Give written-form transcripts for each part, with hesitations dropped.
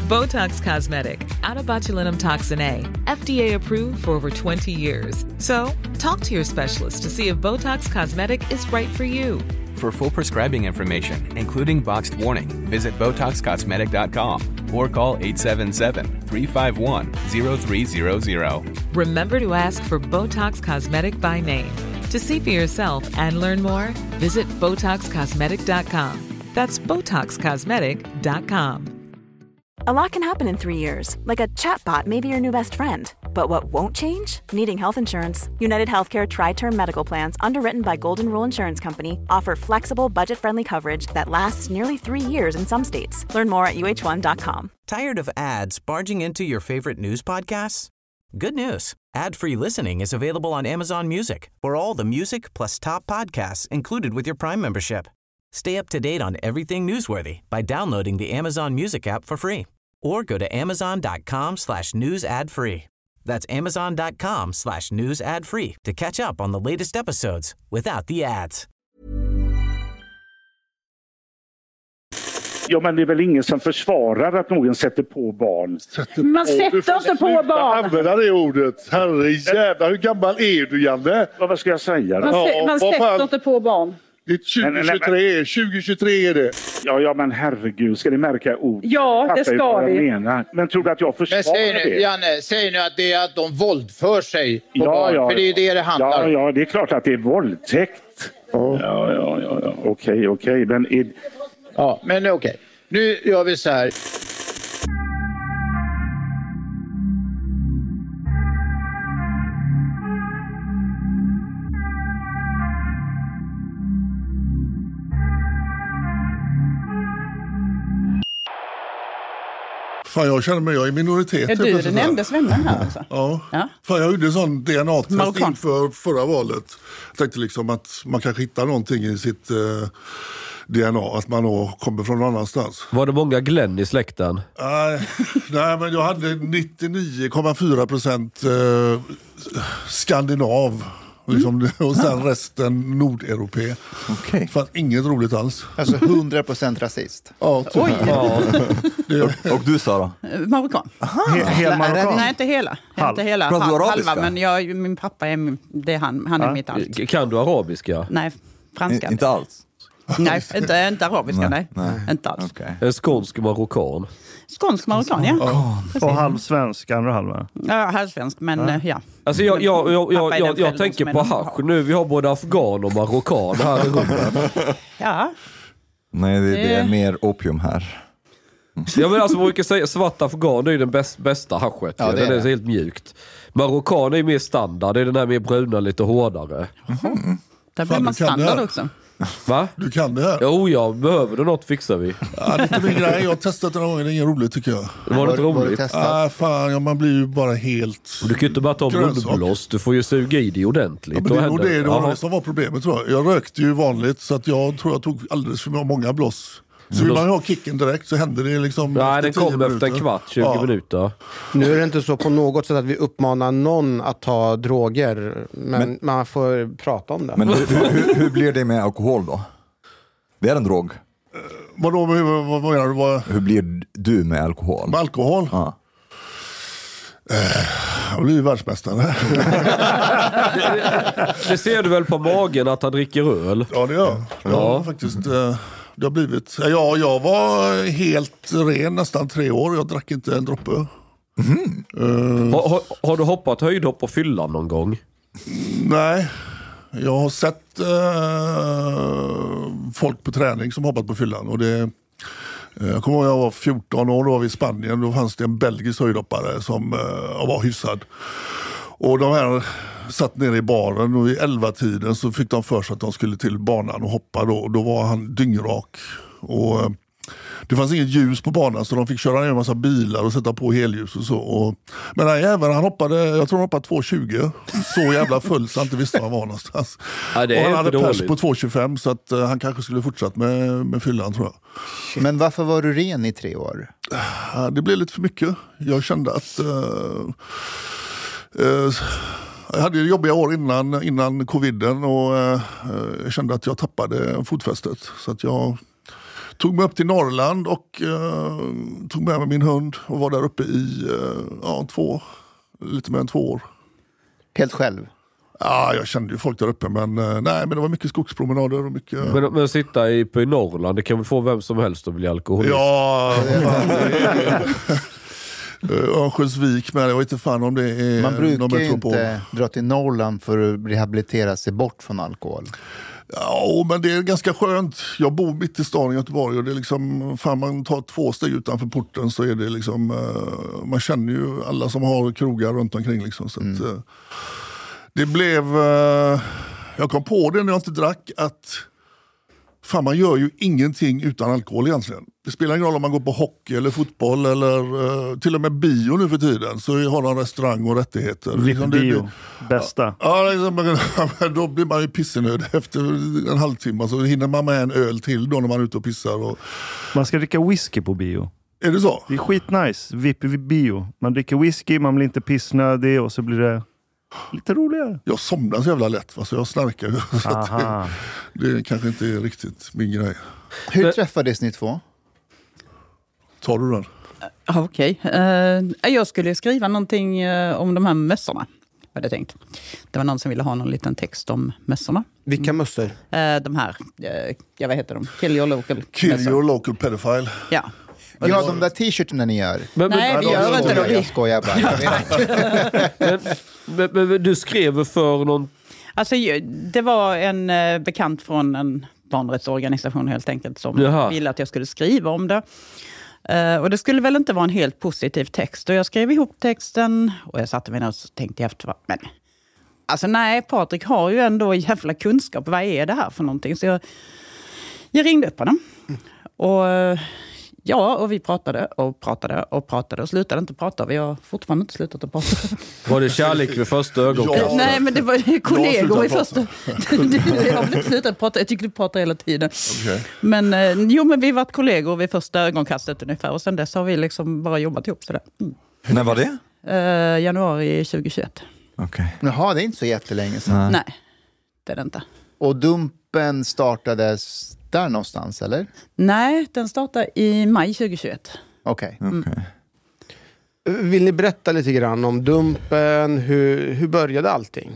Botox Cosmetic, out of botulinum toxin A, FDA approved for over 20 years. So, talk to your specialist to see if Botox Cosmetic is right for you. For full prescribing information, including boxed warning, visit BotoxCosmetic.com or call 877-351-0300. Remember to ask for Botox Cosmetic by name. To see for yourself and learn more, visit BotoxCosmetic.com. That's BotoxCosmetic.com. A lot can happen in 3 years, like a chatbot may be your new best friend. But what won't change? Needing health insurance. United Healthcare Tri-Term Medical Plans, underwritten by Golden Rule Insurance Company, offer flexible, budget-friendly coverage that lasts nearly 3 years in some states. Learn more at uh1.com. Tired of ads barging into your favorite news podcasts? Good news. Ad-free listening is available on Amazon Music for all the music plus top podcasts included with your Prime membership. Stay up to date on everything newsworthy by downloading the Amazon Music app for free or go to amazon.com/news ad free. That's amazon.com/news ad free to catch up on the latest episodes without the ads. Ja, men det är väl ingen som försvarar att någon sätter på barn. Man sätter inte på barn. Använda det ordet. Herre jävlar, hur gammal är du, Janne? Vad ska jag säga då? Man sätter inte på barn. Det är 2023 är det. Ja, men herregud, ska ni märka ord? Ja, det ska vi. Men tror du att jag försvarar det? Janne, säger nu att det är att de våldför sig på barn? För det är det handlar om. Ja, det är klart att det är våldtäkt. Ja. Okej. Men okej. Nu gör vi så här. Fan, jag känner mig, jag är minoritet. Är du den enda svennaren här alltså? Ja. Fan, jag gjorde sån DNA-test inför förra valet. Jag tänkte liksom att man kanske hittar någonting i sitt DNA, att man då kommer från någon annanstans. Var det många Glenn i släkten? Nej, men jag hade 99,4% skandinav. Liksom, och sen resten nordeuropé. Okay. För att inget roligt alls. Alltså 100% rasist. Ja, oj. Och du, Sara? Marockan. Hela marockan? Nej, inte hela. Inte hela. Pratar du arabiska? Halva, men min pappa är han är mitt allt. Kan du arabiska? Nej, franska. Inte alls? Nej, inte arabiska, nej. Inte alls. Okay. Skånsk marockan. Skånsk marockan, ja. Och halvsvensk, andra halva. Ja, halvsvensk, men ja. Alltså jag tänker på hasch nu. Vi har både afghan och marockan här i rummet. Ja. Nej, det är mer opium här. Ja, men alltså man brukar säga svart afghan, det är ju den bästa haschet. Ja, det är helt mjukt. Marockan är mer standard, det är den här mer bruna, lite hårdare. Där blir man standard också. Va? Du kan det här. Jo, behöver du något fixar vi. Ja, det är inte min grej. Jag har testat det någon gång, det är ingen roligt tycker jag. Var det inte roligt? Fan, man blir ju bara helt... Och du kan ju inte bara ta blodblås, du får ju suga i det ordentligt. Ja, men det var det som var problemet tror jag. Jag rökte ju vanligt så att jag tror jag tog alldeles för många blås. Så vill man ha kicken direkt så händer det liksom... Nej, den kommer efter en kvart, 20 minuter. Nu är det inte så på något sätt att vi uppmanar någon att ta droger. Men man får prata om det. Men hur blir det med alkohol då? Det är en drog. Vad menar du? Hur blir du med alkohol? Med alkohol? Ja. Jag blir ju världsmästare. Det ser du väl på magen att han dricker öl? Ja, det gör jag. Ja, faktiskt... Det har blivit... Ja, jag var helt ren nästan 3 år. Jag drack inte en droppe. Har du hoppat höjdhopp och fyllan någon gång? Nej. Jag har sett folk på träning som hoppat på fyllan. Och det... Jag kommer ihåg jag var 14 år, då var vi i Spanien. Då fanns det en belgisk höjdhoppare som var hyfsad. Och de här satt nere i baren och vid 11-tiden så fick de för sig att de skulle till banan och hoppa då. Och då var han dyngrak. Och det fanns inget ljus på banan så de fick köra ner en massa bilar och sätta på helljus och så. Men nej, även han hoppade, jag tror han hoppade 2,20. Så jävla full så han inte visste var han var någonstans. Ja, det är och han hade dåligt. pers på 2,25 så att han kanske skulle fortsatt med fyllan tror jag. Men varför var du ren i 3 år? Det blev lite för mycket. Jag kände att... jag hade jobbiga år innan coviden och jag kände att jag tappade fotfästet. Så att jag tog mig upp till Norrland och tog med min hund och var där uppe i lite mer än 2 år. Helt själv? Ja, jag kände ju folk där uppe, men men det var mycket skogspromenader och mycket... Men sitta på i Norrland, det kan väl få vem som helst att bli alkoholist? Ja, Örnsköldsvik, men jag vet inte fan om det är... Man brukar ju inte dra till Norrland för att rehabilitera sig bort från alkohol. Ja, men det är ganska skönt. Jag bor mitt i stan i Göteborg och det är liksom, fan, man tar 2 steg utanför porten så är det liksom, man känner ju alla som har krogar runt omkring liksom, så att, det blev, jag kom på det när jag inte drack att fan, man gör ju ingenting utan alkohol egentligen. Det spelar ingen roll om man går på hockey eller fotboll eller till och med bio nu för tiden, så har de restaurang och rättigheter. VIP-bio, bästa. Ja, liksom, då blir man ju pissenöd efter en halvtimme, så hinner man med en öl till då när man är ute och pissar. Och... Man ska dricka whisky på bio. Är det så? Det är skitnice, VIP-bio. Man dricker whisky, man blir inte pissnödig och så blir det lite roligare. Jag somnar så jävla lätt, så jag snarkar. Så att det kanske inte är riktigt min grej. Hur träffades ni 2? Tar du den? Okej. Jag skulle skriva någonting om de här mössorna. Hade jag tänkt. Det var någon som ville ha någon liten text om mössorna. Vilka mössor? De här, vad heter de? Kill your local. Kill your local pedophile. Ja. Ja, de där t-shirtarna ni gör. Nej, vi gör inte det. Jag skojar bara. men du skrev för någon... Alltså, det var en bekant från en barnrättsorganisation helt enkelt som ville att jag skulle skriva om det. Och det skulle väl inte vara en helt positiv text. Och jag skrev ihop texten och jag satte mig ner och tänkte efter. Men alltså nej, Patrik har ju ändå jävla kunskap. Vad är det här för någonting? Så jag ringde upp honom. Och vi pratade och slutade inte prata. Vi har fortfarande inte slutat att prata. Var det kärlek vid första ögonkastet? Nej, men det var kollegor i första. Jag har inte slutat prata. Jag tycker du pratar hela tiden. Okay. Men vi var kollegor vid första ögonkastet ungefär. Och sen dess har vi liksom bara jobbat ihop sådär. När var det? Januari 2021. Okay. Jaha, det är inte så jättelänge sedan. Nej, det är det inte. Och Dumpen startades där någonstans, eller? Nej, den startade i maj 2021. Okej. Vill ni berätta lite grann om Dumpen? Hur började allting?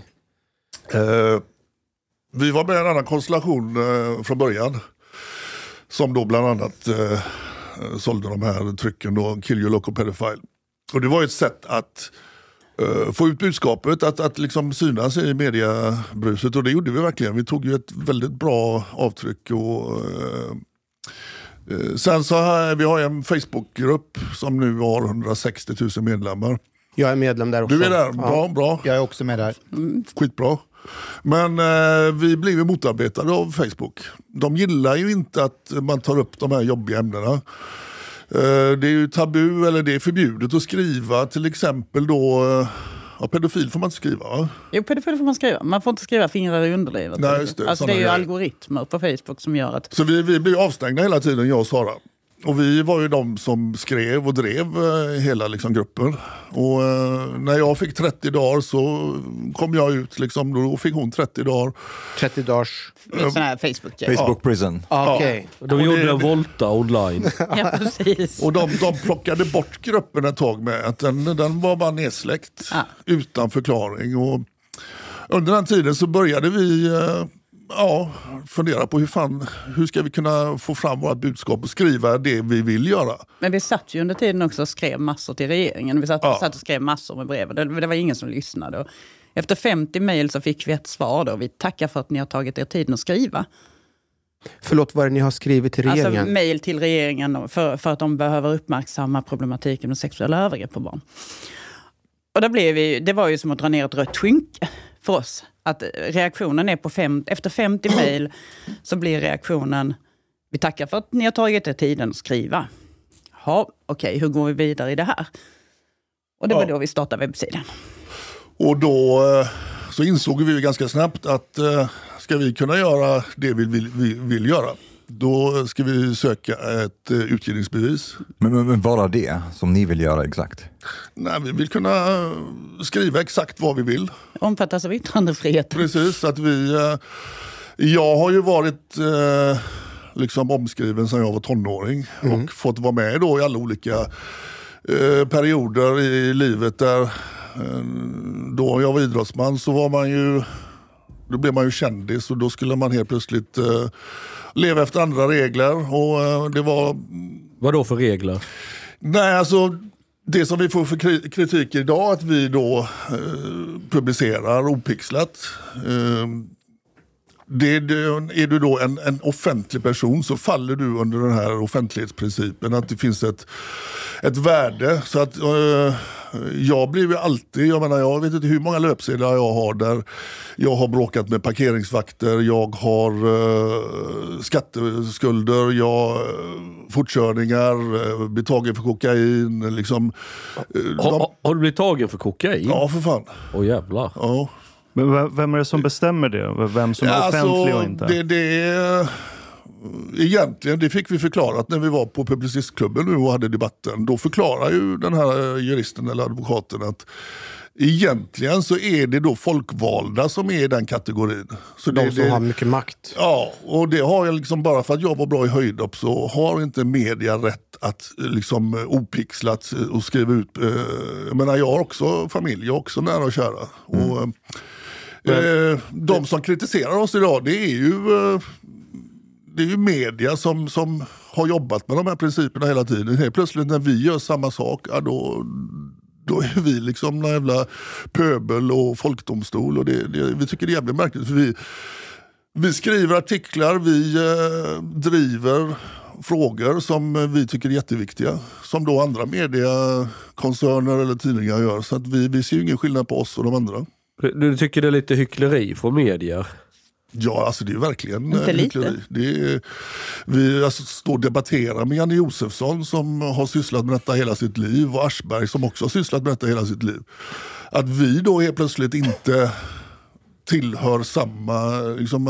Vi var med i en annan konstellation från början. Som då bland annat sålde de här trycken då, Kill your local pedophile. Och det var ett sätt att få ut budskapet, att liksom synas i mediebruset, och det gjorde vi verkligen. Vi tog ju ett väldigt bra avtryck och sen så vi har en Facebookgrupp som nu har 160 000 medlemmar. Jag är medlem där också. Du är där, bra. Jag är också med där. Skitbra. Men vi blev ju motarbetade av Facebook. De gillar ju inte att man tar upp de här jobbiga ämnena. Det är ju tabu, eller det är förbjudet att skriva till exempel då, pedofil får man inte skriva, va? Jo, pedofil får man skriva. Man får inte skriva fingrar i underlivet. Nej, just det. Alltså det är ju algoritmer på Facebook som gör att... Så vi blir avstängda hela tiden, jag och Sara. Och vi var ju de som skrev och drev hela liksom, gruppen. Och när jag fick 30 dagar så kom jag ut, liksom, då fick hon 30 dagar. 30 dagars... Sån här Facebook. Facebook prison. Okej. De gjorde en volta online. Ja, precis. Och de plockade bort gruppen ett tag med att den var bara nedsläckt utan förklaring. Och under den tiden så började vi... fundera på hur ska vi kunna få fram vårt budskap och skriva det vi vill göra. Men vi satt ju under tiden också och skrev massor till regeringen. Vi satt och skrev massor med brev. Det var ingen som lyssnade. Och efter 50 mejl så fick vi ett svar då. Vi tackar för att ni har tagit er tiden att skriva. Förlåt, vad är det ni har skrivit till regeringen? Alltså mejl till regeringen för att de behöver uppmärksamma problematiken med sexuella övergrepp på barn. Och det var ju som att dra ner ett rött skynke för oss. Att reaktionen är efter 50 mejl så blir reaktionen: vi tackar för att ni har tagit er tiden att skriva. Ja, okej, hur går vi vidare i det här? Och det var då vi startade webbsidan. Och då så insåg vi ganska snabbt att ska vi kunna göra det vi vill göra, då ska vi söka ett utgivningsbevis. Men vad är det som ni vill göra exakt? Nej, vi vill kunna skriva exakt vad vi vill. Omfattas av yttrandefrihet. Precis, att jag har ju varit liksom omskriven sedan jag var tonåring. Och fått vara med då i alla olika perioder i livet där då jag var idrottsman så var man ju, då blev man ju kändis och då skulle man helt plötsligt leva efter andra regler och det var... Vad då för regler? Nej, alltså det som vi får för kritik idag att vi då publicerar opixlat. Är du då en offentlig person så faller du under den här offentlighetsprincipen att det finns ett värde. Så att jag blir ju alltid, jag vet inte hur många löpsedlar jag har där jag har bråkat med parkeringsvakter, jag har skatteskulder, fortkörningar, blivit tagen för kokain. Liksom, har du blivit tagen för kokain? Ja, för fan. Åh jävlar. Ja. Men vem är det som bestämmer det? Vem som är offentlig och inte? Egentligen, det fick vi förklarat när vi var på Publicistklubben nu och hade debatten. Då förklarar ju den här juristen eller advokaten att egentligen så är det då folkvalda som är den kategorin. Så de som har mycket makt. Ja, och det har jag liksom bara för att jag var bra i höjdhopp så har inte media rätt att liksom opixlat och skriva ut. Jag menar, jag har också familj, jag har också nära och kära. Och de som kritiserar oss idag, det är ju media som har jobbat med de här principerna hela tiden. Helt plötsligt när vi gör samma sak, ja, då är vi liksom någon jävla pöbel och folkdomstol. Och vi tycker det är jävligt märkligt. För vi skriver artiklar, vi driver frågor som vi tycker är jätteviktiga. Som då andra mediekoncerner eller tidningar gör. Så att vi ser ju ingen skillnad på oss och de andra. Du tycker det är lite hyckleri från medier? Ja, alltså det är verkligen hyckleri. Vi står och debatterar med Janne Josefsson som har sysslat med detta hela sitt liv och Aschberg som också har sysslat med detta hela sitt liv. Att vi då helt plötsligt inte tillhör samma... Liksom,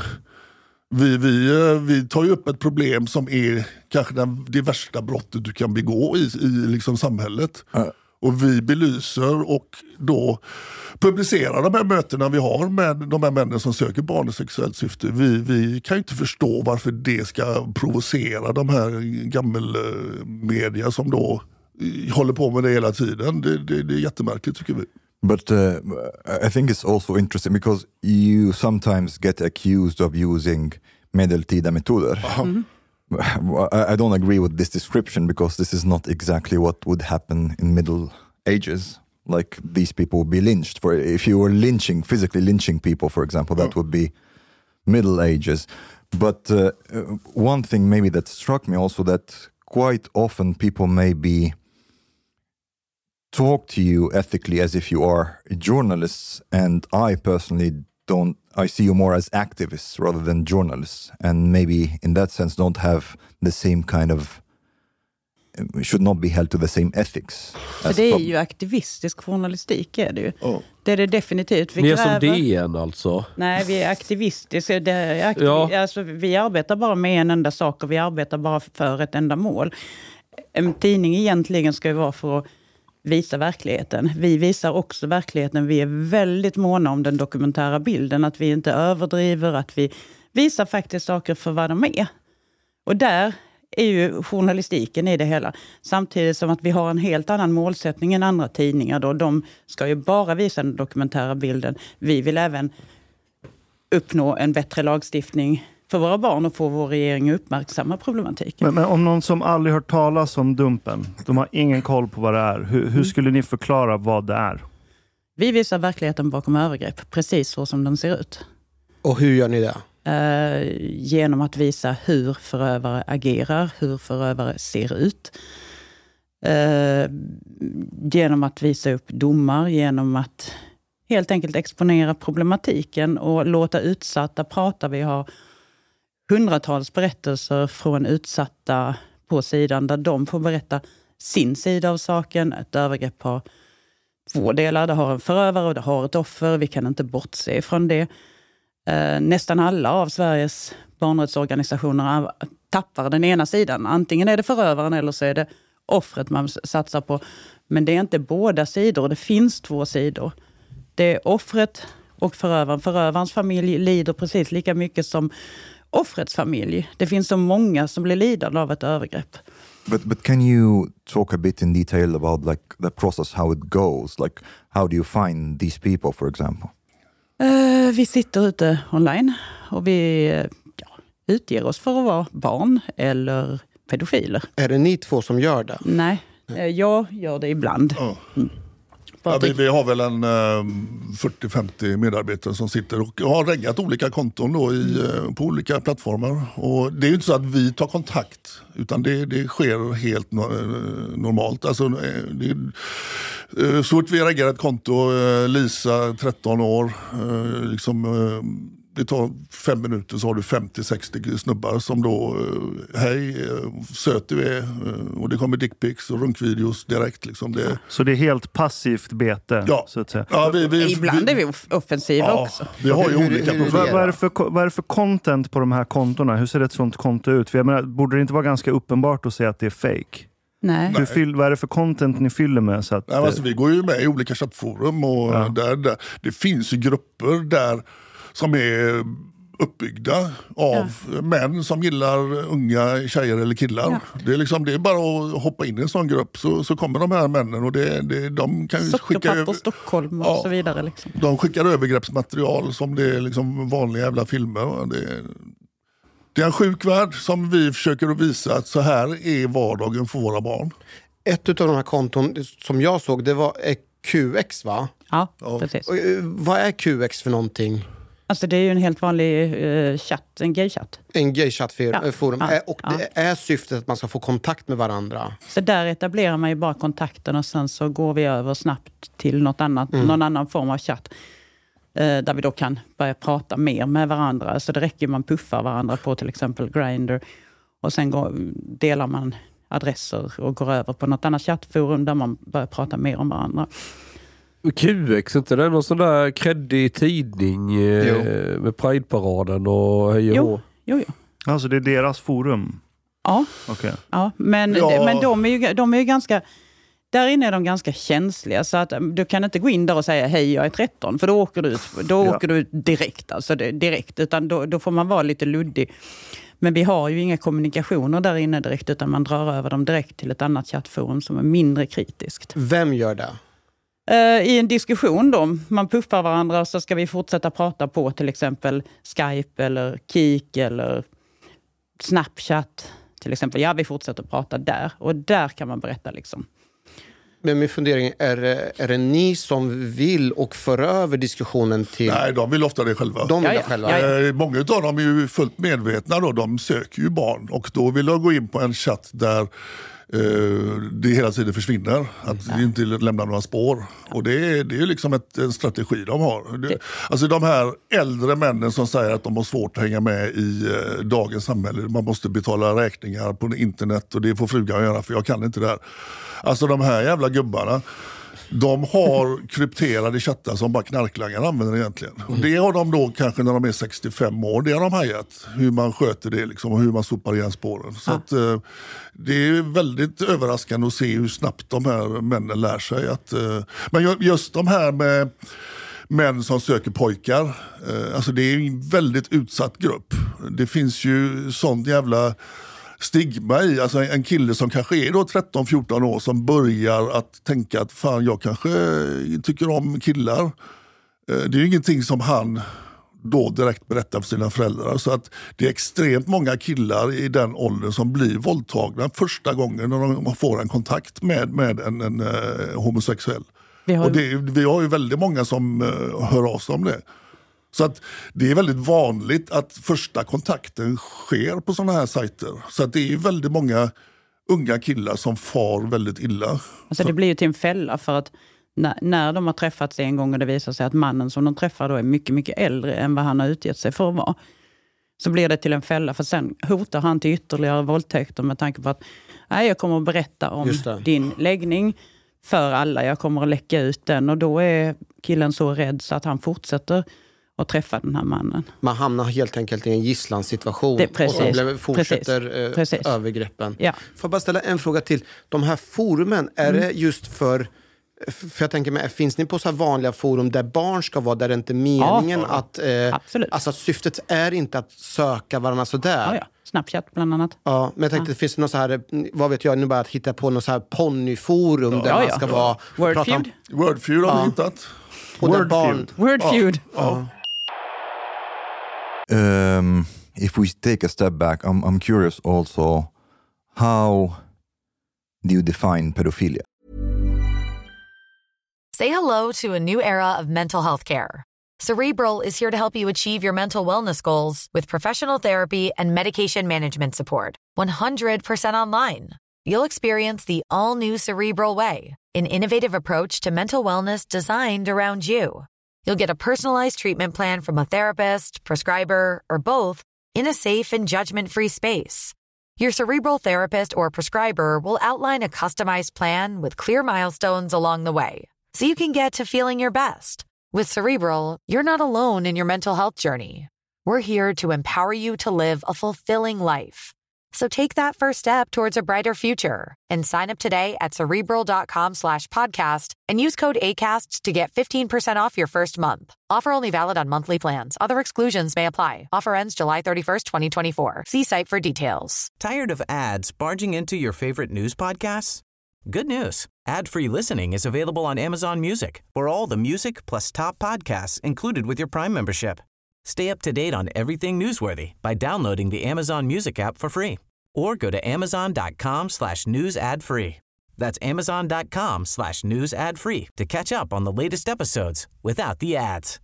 vi tar ju upp ett problem som är kanske det värsta brottet du kan begå i liksom samhället. Och vi belyser och då publicerar de här mötena vi har med de här männen som söker barn i sexuellt syfte. Vi kan ju inte förstå varför det ska provocera de här gammelmedia som då håller på med det hela tiden. Det är jättemärkligt tycker vi. But I think it's also interesting because you sometimes get accused of using medeltida metoder. I don't agree with this description because this is not exactly what would happen in Middle Ages. Like these people would be lynched. For if you were physically lynching people, for example, that would be Middle Ages. But one thing maybe that struck me also that quite often people maybe talk to you ethically as if you are journalists, and I personally don't. I see you more as activists rather than journalists, and maybe in that sense don't have the same kind of, should not be held to the same ethics. För det är ju aktivistisk journalistik är det ju. Det är det definitivt. Ni är som DN alltså? Nej, vi är aktivistiska. Alltså, vi arbetar bara med en enda sak och vi arbetar bara för ett enda mål. En tidning egentligen ska ju vara för att visa verkligheten. Vi visar också verkligheten. Vi är väldigt måna om den dokumentära bilden. Att vi inte överdriver. Att vi visar faktiskt saker för vad de är. Och där är ju journalistiken i det hela. Samtidigt som att vi har en helt annan målsättning än andra tidningar. Då. De ska ju bara visa den dokumentära bilden. Vi vill även uppnå en bättre lagstiftning för våra barn och få vår regering att uppmärksamma problematiken. Men om någon som aldrig hört talas om Dumpen, de har ingen koll på vad det är. Hur skulle ni förklara vad det är? Vi visar verkligheten bakom övergrepp, precis så som den ser ut. Och hur gör ni det? Genom att visa hur förövare agerar, hur förövare ser ut. Genom att visa upp domar, genom att helt enkelt exponera problematiken och låta utsatta prata. Vi har hundratals berättelser från utsatta på sidan där de får berätta sin sida av saken. Ett övergrepp har två delar. Det har en förövare och det har ett offer. Vi kan inte bortse från det. Nästan alla av Sveriges barnrättsorganisationer tappar den ena sidan. Antingen är det förövaren eller så är det offret man satsar på. Men det är inte båda sidor. Det finns två sidor. Det är offret och förövaren. Förövarens familj lider precis lika mycket som offrets familj. Det finns så många som blir lidande av ett övergrepp. But can you talk a bit in detail about like the process, how it goes? Like how do you find these people, for example? Vi sitter ute online och vi utger oss för att vara barn eller pedofiler. Är det ni två som gör det? Nej, jag gör det ibland. Ja, vi har väl en 40-50 medarbetare som sitter och har reggat olika konton då på olika plattformar. Och det är ju inte så att vi tar kontakt, utan det sker helt normalt. Alltså, så fort vi reggar ett konto, Lisa 13 år, det tar 5 minuter så har du 50-60 snubbar som då, hej, söt du är, och det kommer dickpics och runkvideos direkt. Liksom. Så det är helt passivt bete, så att säga? Ja, ibland är vi offensiva också. Vi har ju olika problem. Vad är det för content på de här kontona? Hur ser ett sånt konto ut? För jag menar, borde det inte vara ganska uppenbart att säga att det är fake? Nej. Vad är det för content ni fyller med? Så att, alltså, vi går ju med i olika chattforum och där, det finns ju grupper där som är uppbyggda av män som gillar unga tjejer eller killar. Ja. Det är bara att hoppa in i en sån grupp så kommer de här männen och de kan ju skicka över Stockholm och så vidare. Liksom. De skickar övergreppsmaterial som det är liksom vanliga jävla filmer. Det är en sjuk värld som vi försöker att visa att så här är vardagen för våra barn. Ett av de här konton som jag såg, det var QX, va? Ja, precis. Och, vad är QX för någonting? Alltså det är ju en helt vanlig chatt, en gaychatt. En gaychattforum. Och det är syftet att man ska få kontakt med varandra. Så där etablerar man ju bara kontakten och sen så går vi över snabbt till något annat, någon annan form av chatt. Där vi då kan börja prata mer med varandra. Så det räcker man puffar varandra på till exempel Grindr. Och sen delar man adresser och går över på något annat chattforum där man börjar prata mer om varandra. QX, inte det någon sån där kreddig tidning med Pride-paraden och hej och hå? Jo. Alltså det är deras forum? Ja. Okay. Ja, men de är ju ganska... Där inne är de ganska känsliga så att du kan inte gå in där och säga hej, jag är 13, för då åker du ut direkt, alltså direkt, utan då får man vara lite luddig. Men vi har ju inga kommunikationer där inne direkt, utan man drar över dem direkt till ett annat chattforum som är mindre kritiskt. Vem gör det? I en diskussion då, man puffar varandra och så ska vi fortsätta prata på till exempel Skype eller Kik eller Snapchat till exempel. Ja, vi fortsätter prata där och där kan man berätta liksom. Men min fundering, är det ni som vill och för över diskussionen till... Nej, de vill ofta det själva. Många av dem är ju fullt medvetna då, de söker ju barn och då vill de gå in på en chatt där det hela tiden försvinner, att det inte lämnar några spår. Och det är ju liksom en strategi de har. Alltså de här äldre männen som säger att de har svårt att hänga med i dagens samhälle, man måste betala räkningar på internet och det får frugan göra för jag kan inte det här. Alltså de här jävla gubbarna, de har krypterade chattar som bara knarklangare använder egentligen. Och det har de då kanske när de är 65 år, det har de hajat. Hur man sköter det liksom, och hur man sopar igen spåren. Så att, det är väldigt överraskande att se hur snabbt de här männen lär sig. Men just de här med män som söker pojkar, alltså det är en väldigt utsatt grupp. Det finns ju sånt jävla stigma i, alltså en kille som kanske är då 13-14 år som börjar att tänka att fan, jag kanske tycker om killar. Det är ju ingenting som han då direkt berättar för sina föräldrar, så att det är extremt många killar i den åldern som blir våldtagna första gången när de får en kontakt med en homosexuell. Vi har ju väldigt många som hör av sig om det. Så att det är väldigt vanligt att första kontakten sker på sådana här sajter. Så att det är ju väldigt många unga killar som far väldigt illa. Alltså det blir ju till en fälla för att när de har träffats en gång och det visar sig att mannen som de träffar då är mycket, mycket äldre än vad han har utgett sig för att vara. Så blir det till en fälla, för sen hotar han till ytterligare våldtäkter med tanke på att jag kommer att berätta om din läggning för alla. Jag kommer att läcka ut den och då är killen så rädd så att han fortsätter och träffa den här mannen. Man hamnar helt enkelt i en gisslansituation och fortsätter övergreppen. Ja. Får jag bara ställa en fråga till. De här forumen, är det just för För jag tänker mig, finns ni på så här vanliga forum där barn ska vara, där det inte är meningen att... alltså syftet är inte att söka varandra sådär. Ja. Snapchat bland annat. Ja, men jag tänkte, finns det något så här, vad vet jag, nu bara att hitta på något så här ponnyforum där man ska vara... Wordfeud. Wordfeud har vi hittat. Wordfeud. If we take a step back, I'm curious also, how do you define pedophilia? Say hello to a new era of mental health care. Cerebral is here to help you achieve your mental wellness goals with professional therapy and medication management support. 100% online. You'll experience the all-new Cerebral Way, an innovative approach to mental wellness designed around you. You'll get a personalized treatment plan from a therapist, prescriber, or both in a safe and judgment-free space. Your Cerebral therapist or prescriber will outline a customized plan with clear milestones along the way, so you can get to feeling your best. With Cerebral, you're not alone in your mental health journey. We're here to empower you to live a fulfilling life. So take that first step towards a brighter future and sign up today at Cerebral.com/podcast and use code ACAST to get 15% off your first month. Offer only valid on monthly plans. Other exclusions may apply. Offer ends July 31st, 2024. See site for details. Tired of ads barging into your favorite news podcasts? Good news. Ad-free listening is available on Amazon Music for all the music plus top podcasts included with your Prime membership. Stay up to date on everything newsworthy by downloading the Amazon Music app for free or go to amazon.com/news ad free. That's amazon.com/news ad free to catch up on the latest episodes without the ads.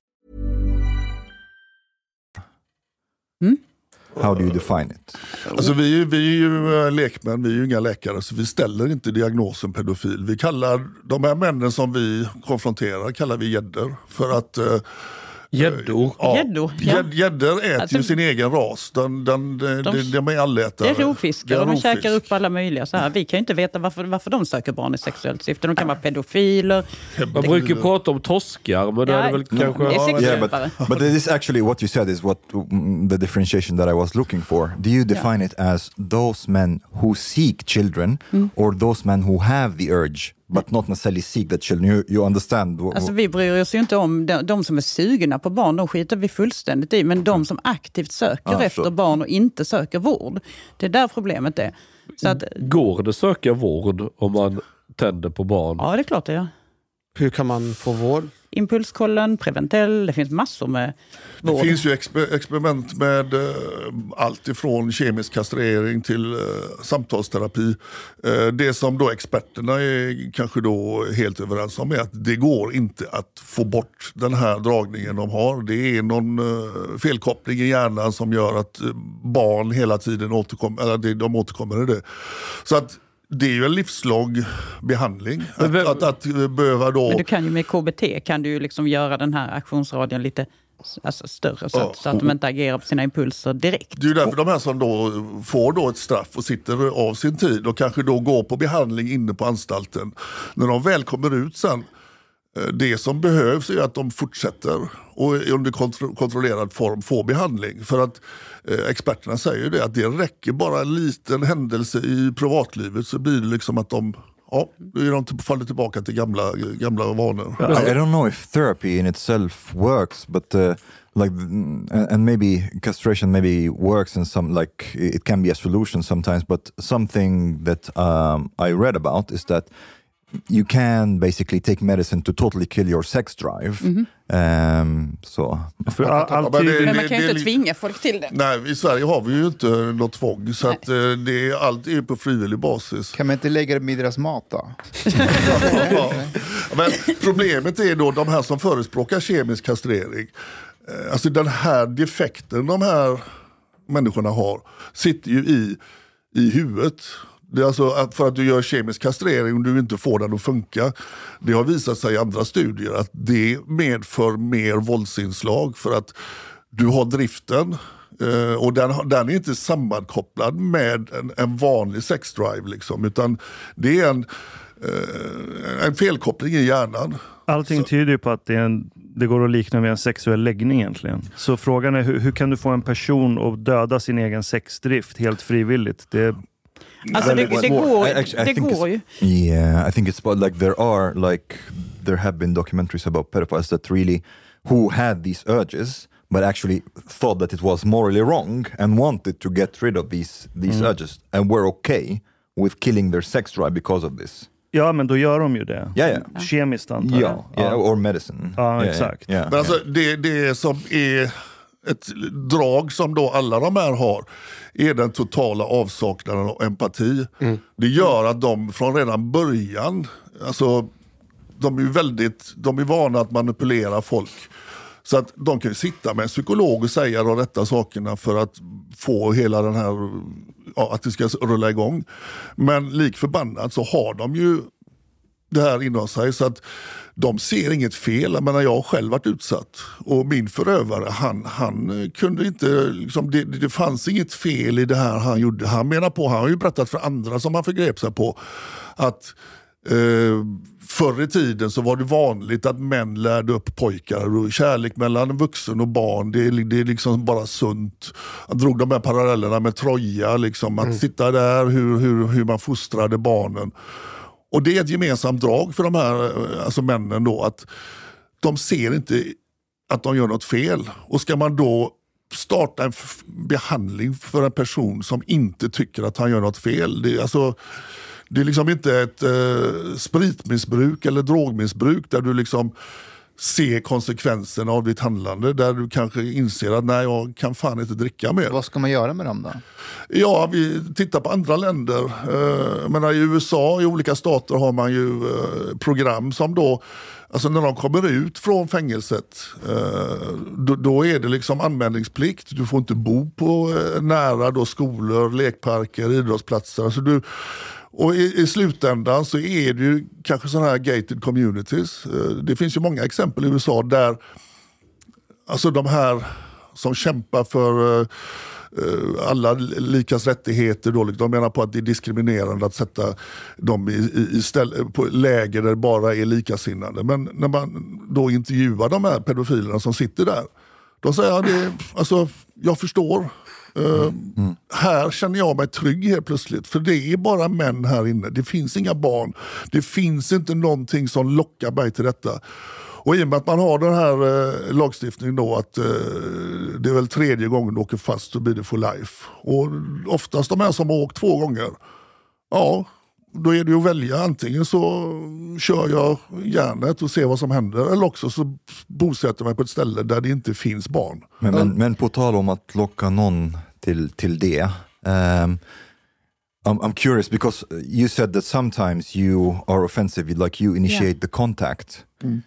How do you define it? Alltså vi är ju lekmän, vi är ju inga läkare, så vi ställer inte diagnosen pedofil. Vi kallar de här männen som vi konfronterar, kallar vi gäddor. För att... Gäddor? Gäddor äter ju sin egen ras. De är allätare. Det är rovfiskar och de käkar upp alla möjliga. Så här. Vi kan ju inte veta varför de söker barn i sexuellt syfte. De kan vara pedofiler. Man brukar ju prata om torskar, men det är väl kanske... But this is actually what you said is what the differentiation that I was looking for. Do you define it as those men who seek children or those men who have the urge but not necessarily seek that children? You understand? Alltså vi bryr oss ju inte om de som är sugna på barn, de skiter vi fullständigt i. Men de som aktivt söker efter barn och inte söker vård, det är där problemet är. Så att, går det söka vård om man tänder på barn? Ja, det är klart det gör. Hur kan man få vård? Impulskollen, Preventell, det finns massor med vård. Det finns ju experiment med allt ifrån kemisk kastrering till samtalsterapi. Det som då experterna är kanske då helt överens om är att det går inte att få bort den här dragningen de har. Det är någon felkoppling i hjärnan som gör att barn hela tiden återkommer i det. Så att det är ju en livslång behandling att behöva då... Men du kan ju med KBT kan du ju liksom göra den här aktionsradien lite större så att de inte agerar på sina impulser direkt. Det är ju därför de här som då får då ett straff och sitter av sin tid och kanske då går på behandling inne på anstalten. När de väl kommer ut sen, det som behövs är att de fortsätter och under kontrollerad form får behandling. För att experterna säger det, att det räcker bara en liten händelse i privatlivet så blir det liksom att de faller tillbaka till gamla vanor. I don't know if therapy in itself works, but and maybe castration maybe works in some, like it can be a solution sometimes, but something that I read about is that you can basically take medicine to totally kill your sex drive. Men man kan ju inte tvinga folk till det. Nej, i Sverige har vi ju inte något tvång, så att allt är på frivillig basis. Kan man inte lägga det med deras mat då? Men problemet är då de här som förespråkar kemisk kastrering. Alltså den här defekten de här människorna har sitter ju i huvudet. Det är alltså för att du gör kemisk kastrering och du inte får den att funka. Det har visat sig i andra studier att det medför mer våldsinslag för att du har driften och den är inte sammankopplad med en vanlig sexdrive liksom, utan det är en felkoppling i hjärnan. Allting tyder ju på att det går att likna vid en sexuell läggning egentligen. Så frågan är hur kan du få en person att döda sin egen sexdrift helt frivilligt? Alltså det går ju. Yeah, I think it's about like there have been documentaries about pedophiles that really who had these urges but actually thought that it was morally wrong and wanted to get rid of these urges and were okay with killing their sex drive because of this. Ja, men då gör de ju det. Kemiskt antar jag. Ja, or medicine. Ja, exakt. Men alltså det som är ett drag som då alla de här har är den totala avsaknaden av empati. Det gör att de från redan början, alltså de är vana att manipulera folk. Så att de kan ju sitta med en psykolog och säga de rätta sakerna för att få hela den här, att det ska rulla igång. Men lik förbannat så har de ju det här inom sig, så att de ser inget fel. Jag menar, jag har själv varit utsatt och min förövare, han kunde inte liksom, det fanns inget fel i det här han gjorde. Han menar på, han har ju berättat för andra som han förgrep sig på, att förr i tiden så var det vanligt att män lärde upp pojkar, och kärlek mellan vuxen och barn, det är liksom bara sunt. Han drog de här parallellerna med Troja, liksom, att sitta där, hur man fostrade barnen. Och det är ett gemensamt drag för de här alltså männen då, att de ser inte att de gör något fel. Och ska man då starta en behandling för en person som inte tycker att han gör något fel, det är liksom inte ett spritmissbruk eller drogmissbruk där du liksom ser konsekvenserna av ditt handlande, där du kanske inser att nej, jag kan fan inte dricka mer. Vad ska man göra med dem då? Ja, vi tittar på andra länder. Men i USA, i olika stater har man ju program som då, alltså när de kommer ut från fängelset, då är det liksom anmälningsplikt. Du får inte bo på nära då skolor, lekparker, idrottsplatser. Alltså och i slutändan så är det ju kanske sådana här gated communities. Det finns ju många exempel i USA där alltså de här som kämpar för alla likas rättigheter då, de menar på att det är diskriminerande att sätta dem på läger där det bara är likasinnande. Men när man då intervjuar de här pedofilerna som sitter där, då säger jag alltså jag förstår. Här känner jag mig trygg helt plötsligt, för det är bara män här inne, det finns inga barn, det finns inte någonting som lockar mig till detta. Och i och med att man har den här lagstiftningen då, att det är väl 3:e gången du åker fast så blir det for life. Och oftast de här som har åkt 2 gånger, ja, då är det ju att välja. Antingen så kör jag järnet och ser vad som händer, eller också så bosätter jag mig på ett ställe där det inte finns barn. Men på tal om att locka någon till det, I'm curious because you said that sometimes you are offensive, like you initiate the contact.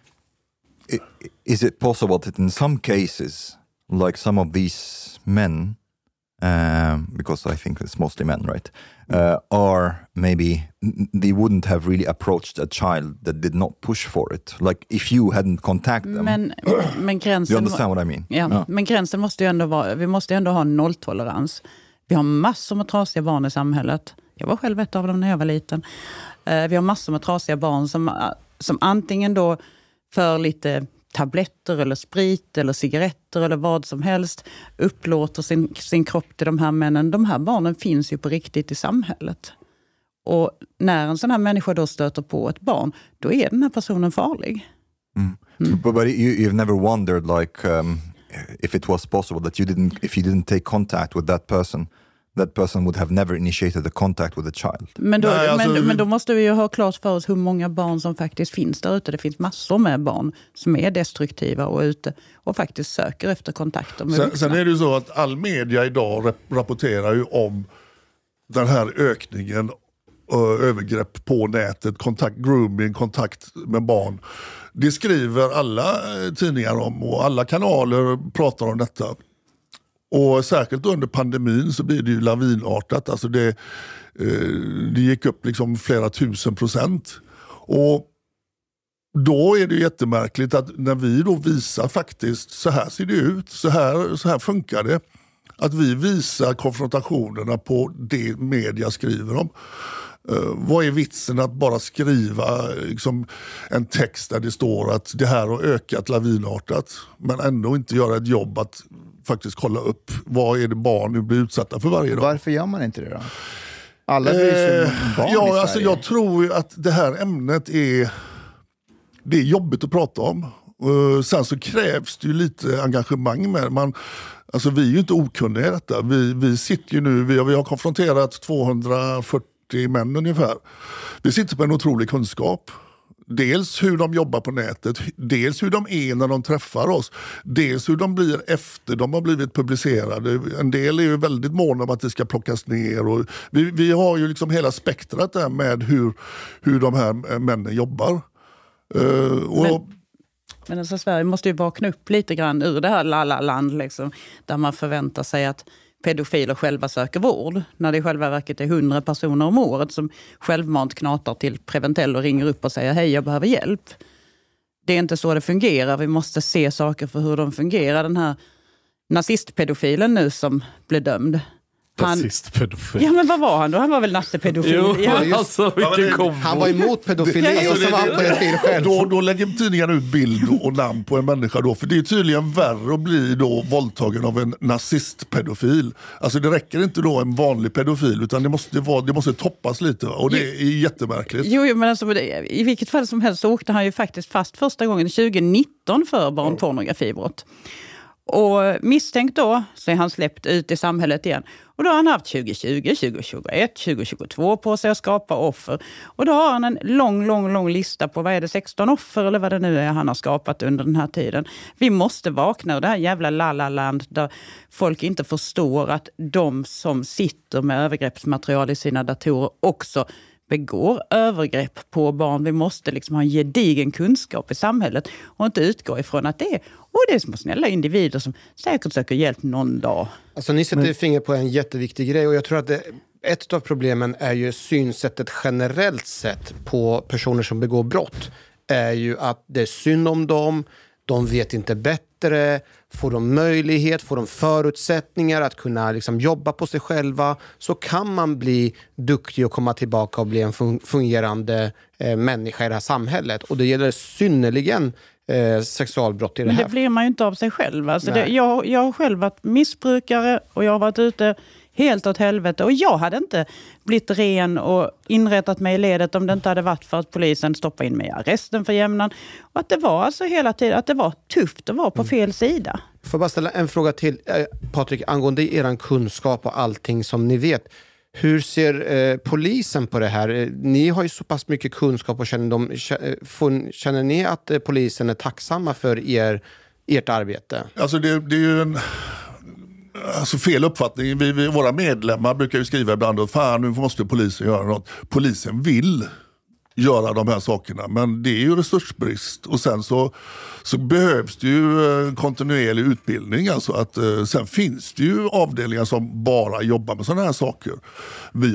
Is it possible that in some cases, like some of these men, because I think it's mostly men, right, are maybe they wouldn't have really approached a child that did not push for it, like if you hadn't contacted them. Men gränsen, you understand what I mean? Ja. Men gränsen måste ju ändå vara, vi måste ändå ha nolltolerans. Vi har massor med trasiga barn i samhället. Jag var själv ett av dem när jag var liten. Vi har massor med trasiga barn som antingen då för lite tabletter eller sprit eller cigaretter eller vad som helst upplåter sin kropp till de här männen. De här barnen finns ju på riktigt i samhället. Och när en sån här människa då stöter på ett barn, då är den här personen farlig. But you've never wondered like if it was possible that if you didn't take contact with that person would have never initiated the contact with a child. Men då måste vi ju ha klart för oss hur många barn som faktiskt finns där ute. Det finns massor med barn som är destruktiva och ute och faktiskt söker efter kontakter med vuxna. Sen är det ju så att all media idag rapporterar ju om den här ökningen övergrepp på nätet, grooming, kontakt med barn. Det skriver alla tidningar om och alla kanaler pratar om detta. Och särskilt under pandemin så blir det ju lavinartat. Alltså det gick upp liksom flera 1000%. Och då är det jättemärkligt att när vi då visar faktiskt, så här ser det ut, så här funkar det. Att vi visar konfrontationerna på det media skriver om. Vad är vitsen att bara skriva liksom en text där det står att det här har ökat lavinartat, men ändå inte göra ett jobb att faktiskt kolla upp vad är det barn nu blir utsatta för varje dag. Varför gör man inte det då? Alla bryr sig om barn i Sverige. Alltså jag tror ju att det här ämnet är jobbigt att prata om. Sen så krävs det ju lite engagemang med. Alltså vi är ju inte okunniga i detta. Vi sitter ju nu, vi har konfronterat 240 män ungefär. Vi sitter på en otrolig kunskap. Dels hur de jobbar på nätet, dels hur de är när de träffar oss, dels hur de blir efter de har blivit publicerade. En del är ju väldigt måna om att det ska plockas ner. Och vi har ju liksom hela spektrat där med hur de här männen jobbar. Men alltså, Sverige måste ju vakna upp lite grann ur det här lalla-land liksom, där man förväntar sig att pedofiler själva söker vård. När det i själva verket är 100 personer om året som självmant knatar till Preventell och ringer upp och säger hej, jag behöver hjälp. Det är inte så det fungerar. Vi måste se saker för hur de fungerar. Den här nazistpedofilen nu som blev dömd. Nazistpedofil. Ja, men vad var han då? Han var väl nazistpedofil? Jo, ja. alltså vilken kombo. Han var emot pedofili och så var han pedofil själv. Då lägger tidningen ut bild och namn på en människa då. För det är tydligen värre att bli då våldtagen av en nazistpedofil. Alltså det räcker inte då en vanlig pedofil, utan det måste toppas lite. Och det är jättemärkligt. Jo, men alltså, i vilket fall som helst så åkte han ju faktiskt fast första gången 2019 för barnpornografibrott. Och misstänkt då så är han släppt ut i samhället igen. Och då har han haft 2020, 2021, 2022 på sig att skapa offer. Och då har han en lång lista på 16 offer eller vad det nu är han har skapat under den här tiden. Vi måste vakna ur det här jävla lalla-land där folk inte förstår att de som sitter med övergreppsmaterial i sina datorer också begår övergrepp på barn. Vi måste liksom ha en gedigen kunskap i samhället och inte utgå ifrån att det är små snälla individer som säkert söker hjälp någon dag. Alltså ni sätter finger på en jätteviktig grej och jag tror att ett av problemen är ju synsättet generellt sett på personer som begår brott. Är ju att det är synd om dem, de vet inte bättre, får de möjlighet, får de förutsättningar att kunna liksom jobba på sig själva, så kan man bli duktig och komma tillbaka och bli en fungerande människa i det här samhället. Och det gäller synnerligen sexualbrott i det här. Men det blir man ju inte av sig själv. Alltså jag har själv varit missbrukare och jag har varit ute helt åt helvete. Och jag hade inte blivit ren och inrättat mig i ledet om det inte hade varit för att polisen stoppade in mig i arresten för jämnan. Och att det var alltså hela tiden, att det var tufft att vara på fel sida. Får jag bara ställa en fråga till Patrik angående er kunskap och allting som ni vet. Hur ser polisen på det här? Ni har ju så pass mycket kunskap och känner ni att polisen är tacksamma för ert arbete? Alltså det är ju en fel uppfattning. Våra medlemmar brukar ju skriva ibland att fan, nu måste polisen göra något. Polisen vill göra de här sakerna, men det är ju resursbrist. Och sen så behövs det ju kontinuerlig utbildning. Alltså att, sen finns det ju avdelningar som bara jobbar med sådana här saker. Vi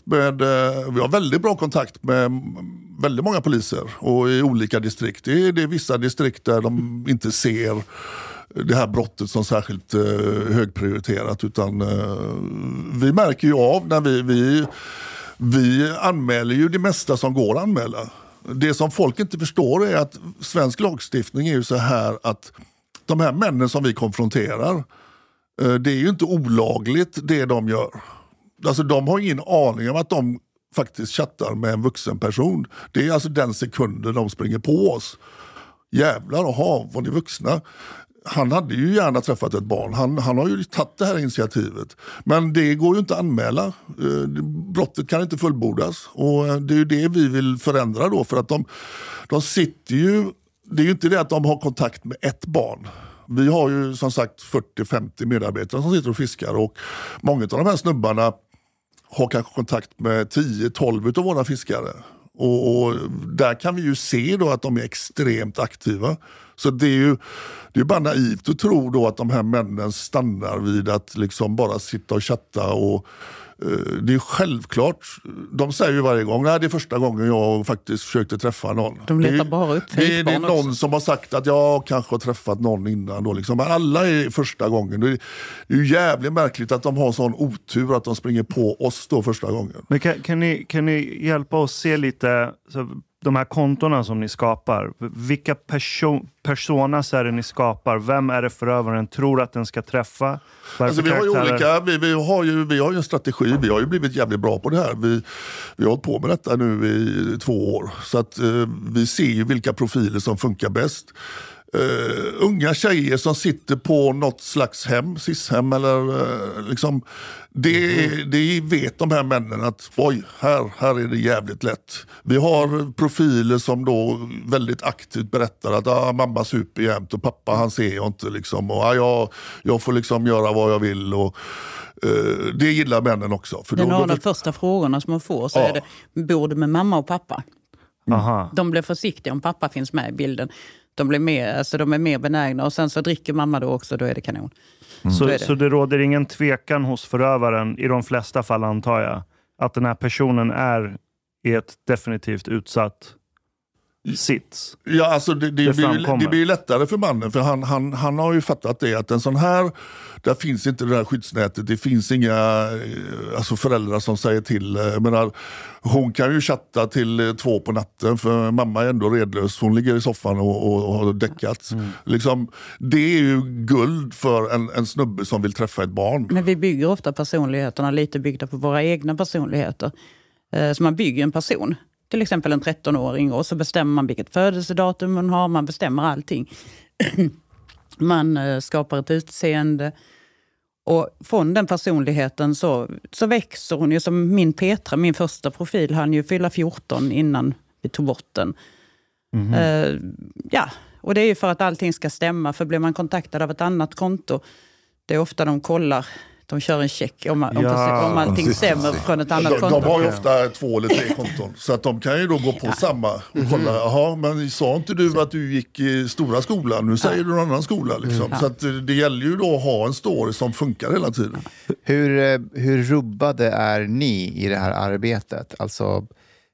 har väldigt bra kontakt med väldigt många poliser och i olika distrikt. Det är vissa distrikt där de inte ser det här brottet som särskilt högprioriterat, utan vi märker ju av när vi anmäler ju det mesta som går att anmäla. Det som folk inte förstår är att svensk lagstiftning är ju så här att de här männen som vi konfronterar, det är ju inte olagligt det de gör. Alltså de har ingen aning om att de faktiskt chattar med en vuxen person. Det är alltså den sekunden de springer på oss. Jävlar, var ni vuxna? Han hade ju gärna träffat ett barn. Han har ju tagit det här initiativet. Men det går ju inte att anmäla. Brottet kan inte fullbordas. Och det är ju det vi vill förändra då. För att de sitter ju... Det är ju inte det att de har kontakt med ett barn. Vi har ju som sagt 40-50 medarbetare som sitter och fiskar. Och många av de här snubbarna har kanske kontakt med 10-12 av våra fiskare. Och där kan vi ju se då att de är extremt aktiva. Så det är ju bara naivt att tro då att de här männen stannar vid att liksom bara sitta och chatta. Och det är självklart, de säger ju varje gång, nej, det är första gången jag faktiskt försökte träffa någon. De letar bara upp det är någon som har sagt att jag kanske har träffat någon innan då liksom. Men alla är första gången. Det är ju jävligt märkligt att de har sån otur att de springer på oss då första gången. Men kan ni hjälpa oss se lite, så de här kontona som ni skapar, vilka personas är det ni skapar? Vem är det förövaren tror att den ska träffa? Alltså, vi har ju olika, vi har ju en strategi, vi har ju blivit jävligt bra på det här. Vi har hållit på med detta nu i 2 år. Så att vi ser ju vilka profiler som funkar bäst. Unga tjejer som sitter på något slags hem, sishem eller liksom, det vet de här männen att oj, här är det jävligt lätt. Vi har profiler som då väldigt aktivt berättar att mamma super jämt och pappa han ser jag inte liksom, och jag får liksom göra vad jag vill och det gillar männen också. För det är några av de första frågorna som man får, så är det, bor du med mamma och pappa? Aha. De blir försiktiga om pappa finns med i bilden. De är mer benägna och sen så dricker mamma då också, då är det kanon. Så det råder ingen tvekan hos förövaren i de flesta fall, antar jag, att den här personen är i ett definitivt utsatt sits. Ja, alltså det blir lättare för mannen, för han har ju fattat det, att en sån här, där finns inte det där skyddsnätet, det finns inga föräldrar som säger till. Jag menar, hon kan ju chatta till 2 på natten för mamma är ändå redlös, hon ligger i soffan och har däckat. Liksom, det är ju guld för en snubbe som vill träffa ett barn. Men vi bygger ofta personligheterna lite byggda på våra egna personligheter. Så man bygger en person, till exempel en 13-åring, och så bestämmer man vilket födelsedatum man har, man bestämmer allting. Man skapar ett utseende, och från den personligheten så växer hon ju, som min Petra, min första profil, han ju fylla 14 innan vi tog bort den. Och det är ju för att allting ska stämma, för blir man kontaktad av ett annat konto, det är ofta de kollar, de kör en check om allting stämmer från ett annat konto. De har ju ofta 2 eller 3 konton, så att de kan ju då gå på samma och kolla, jaha, men sa inte du att du gick i stora skolan, nu säger du en annan skola liksom. Så att det gäller ju då att ha en story som funkar hela tiden. Hur rubbade är ni i det här arbetet? Alltså,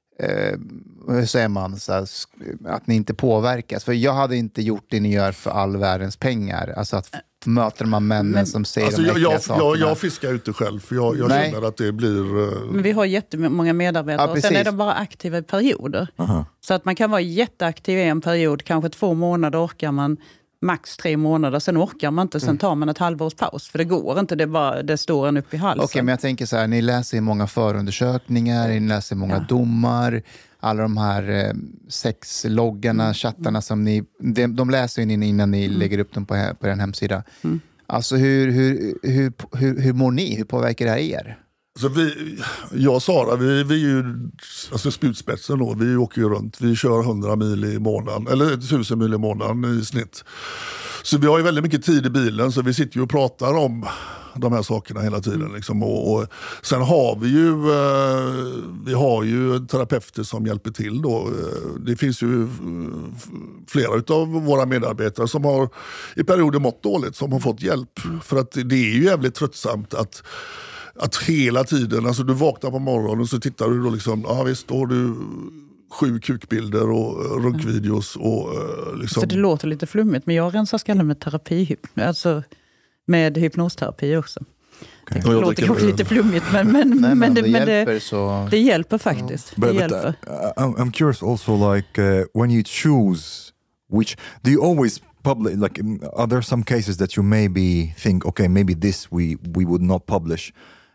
hur säger man så här, att ni inte påverkas? För jag hade inte gjort det ni gör för all världens pengar. Alltså att möter man männen som säger de äckliga sakerna. Jag fiskar inte själv, för jag känner att det blir... Men vi har jättemånga medarbetare, och sen är de bara aktiva i perioder. Så att man kan vara jätteaktiv i en period, kanske 2 månader orkar man, max 3 månader, sen orkar man inte, sen tar man ett halvårs paus, för det går inte, det står en upp i halsen. Okej, men jag tänker så här, ni läser många förundersökningar, ni läser många domar, alla de här sexloggarna, chattarna som de läser ni innan ni lägger upp dem på den hemsida. Alltså hur mår ni? Hur påverkar det här er? Så jag och Sara, vi är ju spjutspetsen då, vi åker ju runt, vi kör 100 mil i månaden, eller 1000 mil i månaden i snitt. Så vi har ju väldigt mycket tid i bilen, så vi sitter ju och pratar om de här sakerna hela tiden liksom. Och sen har vi har ju terapeuter som hjälper till då. Det finns ju flera av våra medarbetare som har i perioder mått dåligt, som har fått hjälp, för att det är ju jävligt tröttsamt att hela tiden, alltså du vaknar på morgonen och så tittar du då liksom, visst, då har du 7 kukbilder och runkvideos och liksom. Så det låter lite flummigt, men jag rensar skallen med terapi, alltså med hypnosterapi också. Okay. Det låter kanske lite flummigt, men det hjälper faktiskt. But I'm curious also, like when you choose which, do you always publish, like are there some cases that you maybe think, okay, maybe this we would not publish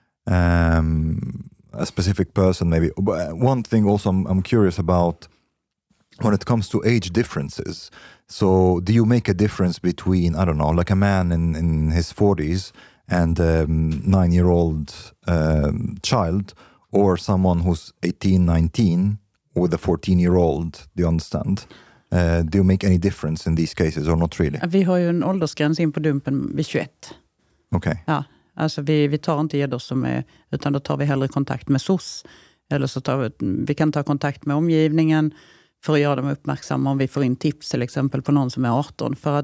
a specific person maybe. But one thing also I'm curious about when it comes to age differences. So do you make a difference between, I don't know, like a man in his 40s and a 9-year-old child, or someone who's 18, 19 with a 14-year-old? Do you understand? Do you make any difference in these cases or not really? Vi har ju en åldersgräns in på dumpen vid 21. Okay. Ja, alltså vi tar inte gäddor som är, utan då tar vi hellre kontakt med SOS. Eller så vi kan ta kontakt med omgivningen för att göra dem uppmärksamma om vi får in tips till exempel på någon som är 18. För att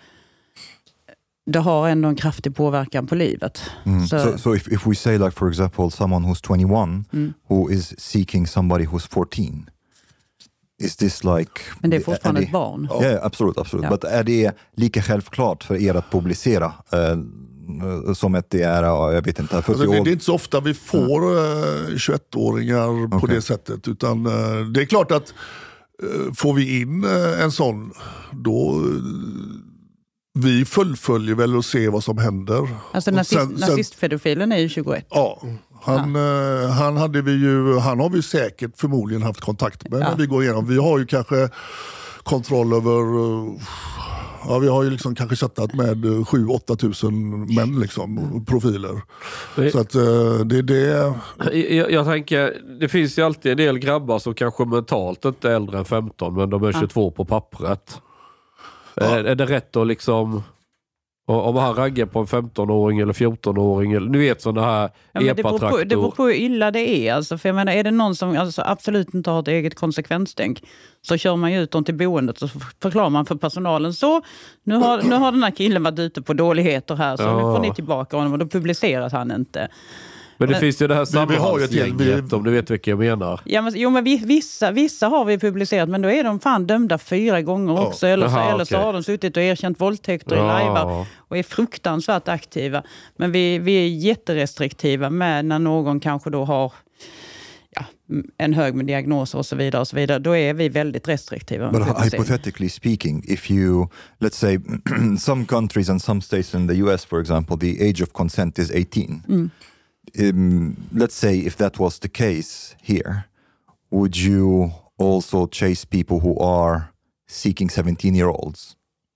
det har ändå en kraftig påverkan på livet. So if we say, like for example, someone who's 21 who is seeking somebody who's 14, is this like... Men det är fortfarande ett barn. Ja, absolut. Ja. Men är det lika självklart för er att publicera som att det är, jag vet inte, 40 alltså, år. det är inte så ofta vi får 21-åringar på det sättet, utan det är klart att får vi in en sån, då vi fullföljer väl och ser vad som händer. Alltså nazistpedofilen är ju 21. Ja. Han har vi säkert förmodligen haft kontakt med när vi går igenom. Vi har ju kanske kontroll över, vi har ju liksom kanske chattat med 7-8 tusen män liksom, profiler. Så att det är det. Jag tänker, det finns ju alltid en del grabbar som kanske mentalt inte är äldre än 15, men de är 22 på pappret. Är det rätt att liksom, om han raggar på en 15-åring eller 14-åring, eller nu vet sådana här epatraktor. Det beror på hur illa det är. Alltså, för jag menar, är det någon som alltså, absolut inte har ett eget konsekvenstänk, så kör man ju ut dem till boendet och så förklarar man för personalen så, nu har den här killen varit ute på dåligheter här, så nu får ni tillbaka honom, och då publiceras han inte. Men det finns ju det här sammanhandsgänget, om du vet vilka jag menar. Ja, men vissa har vi publicerat, men då är de fan dömda 4 gånger också. Eller så har de suttit och erkänt våldtäkter i live och är fruktansvärt aktiva. Men vi är jätterestriktiva med när någon kanske då har en hög med diagnoser och så vidare och så vidare. Då är vi väldigt restriktiva. But hypothetically speaking, if you, let's say, some countries and some states in the US, for example, the age of consent is 18. Let's say if that was the case here, would you also chase people who are seeking 17-year-olds?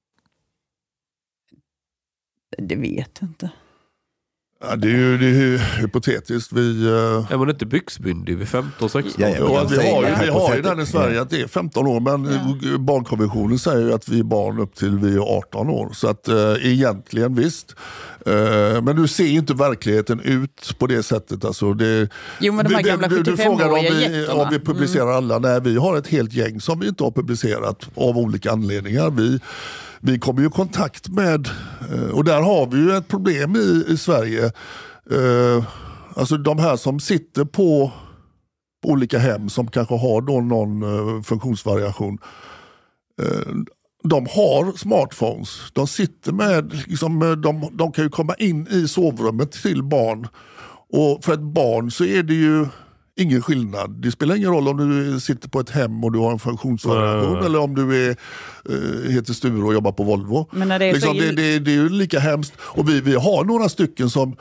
Det vet jag inte. Ja, det är ju hypotetiskt. Är man inte byxmyndig vid 15-16? Vi har ju den i Sverige att det är 15 år, men barnkonventionen säger ju att vi är barn upp till vi är 18 år. Så att egentligen visst. Men du ser ju inte verkligheten ut på det sättet. Alltså det, jo, men de här gamla 75-åriga du frågar om vi publicerar alla. Nej, vi har ett helt gäng som vi inte har publicerat av olika anledningar. Vi kommer ju i kontakt med, och där har vi ju ett problem i Sverige. Alltså de här som sitter på olika hem som kanske har då någon funktionsvariation. De har smartphones. De sitter med, liksom, de kan ju komma in i sovrummet till barn. Och för ett barn så är det ju ingen skillnad. Det spelar ingen roll om du sitter på ett hem och du har en funktionsvariation eller om du heter Sture och jobbar på Volvo. Men när det är liksom, det är ju lika hemskt. Och vi har några stycken som...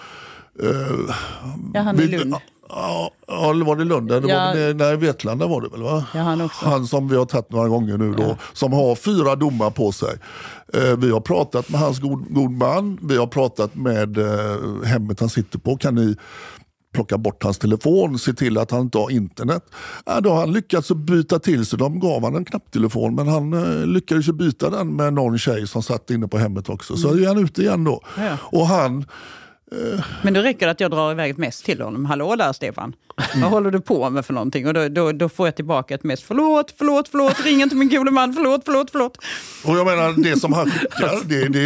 han är Lund. Ja, eller var det Lund? Nej, Vetlanda var det väl, va? Ja, han också. Han som vi har tagit några gånger nu då, som har 4 domar på sig. Vi har pratat med hans god man. Vi har pratat med hemmet han sitter på. Kan ni plocka bort hans telefon, se till att han inte har internet? Då har han lyckats att byta till sig. De gav han en knapptelefon, men han lyckades ju byta den med någon tjej som satt inne på hemmet också. Så är han ute igen då. Ja. Och han... Men då räcker det att jag drar iväg ett mess till honom. Hallå där, Stefan. Vad håller du på med för någonting? Och då får jag tillbaka ett mess. Förlåt. Ring inte min gode man. Förlåt. Och jag menar, det som han skickar,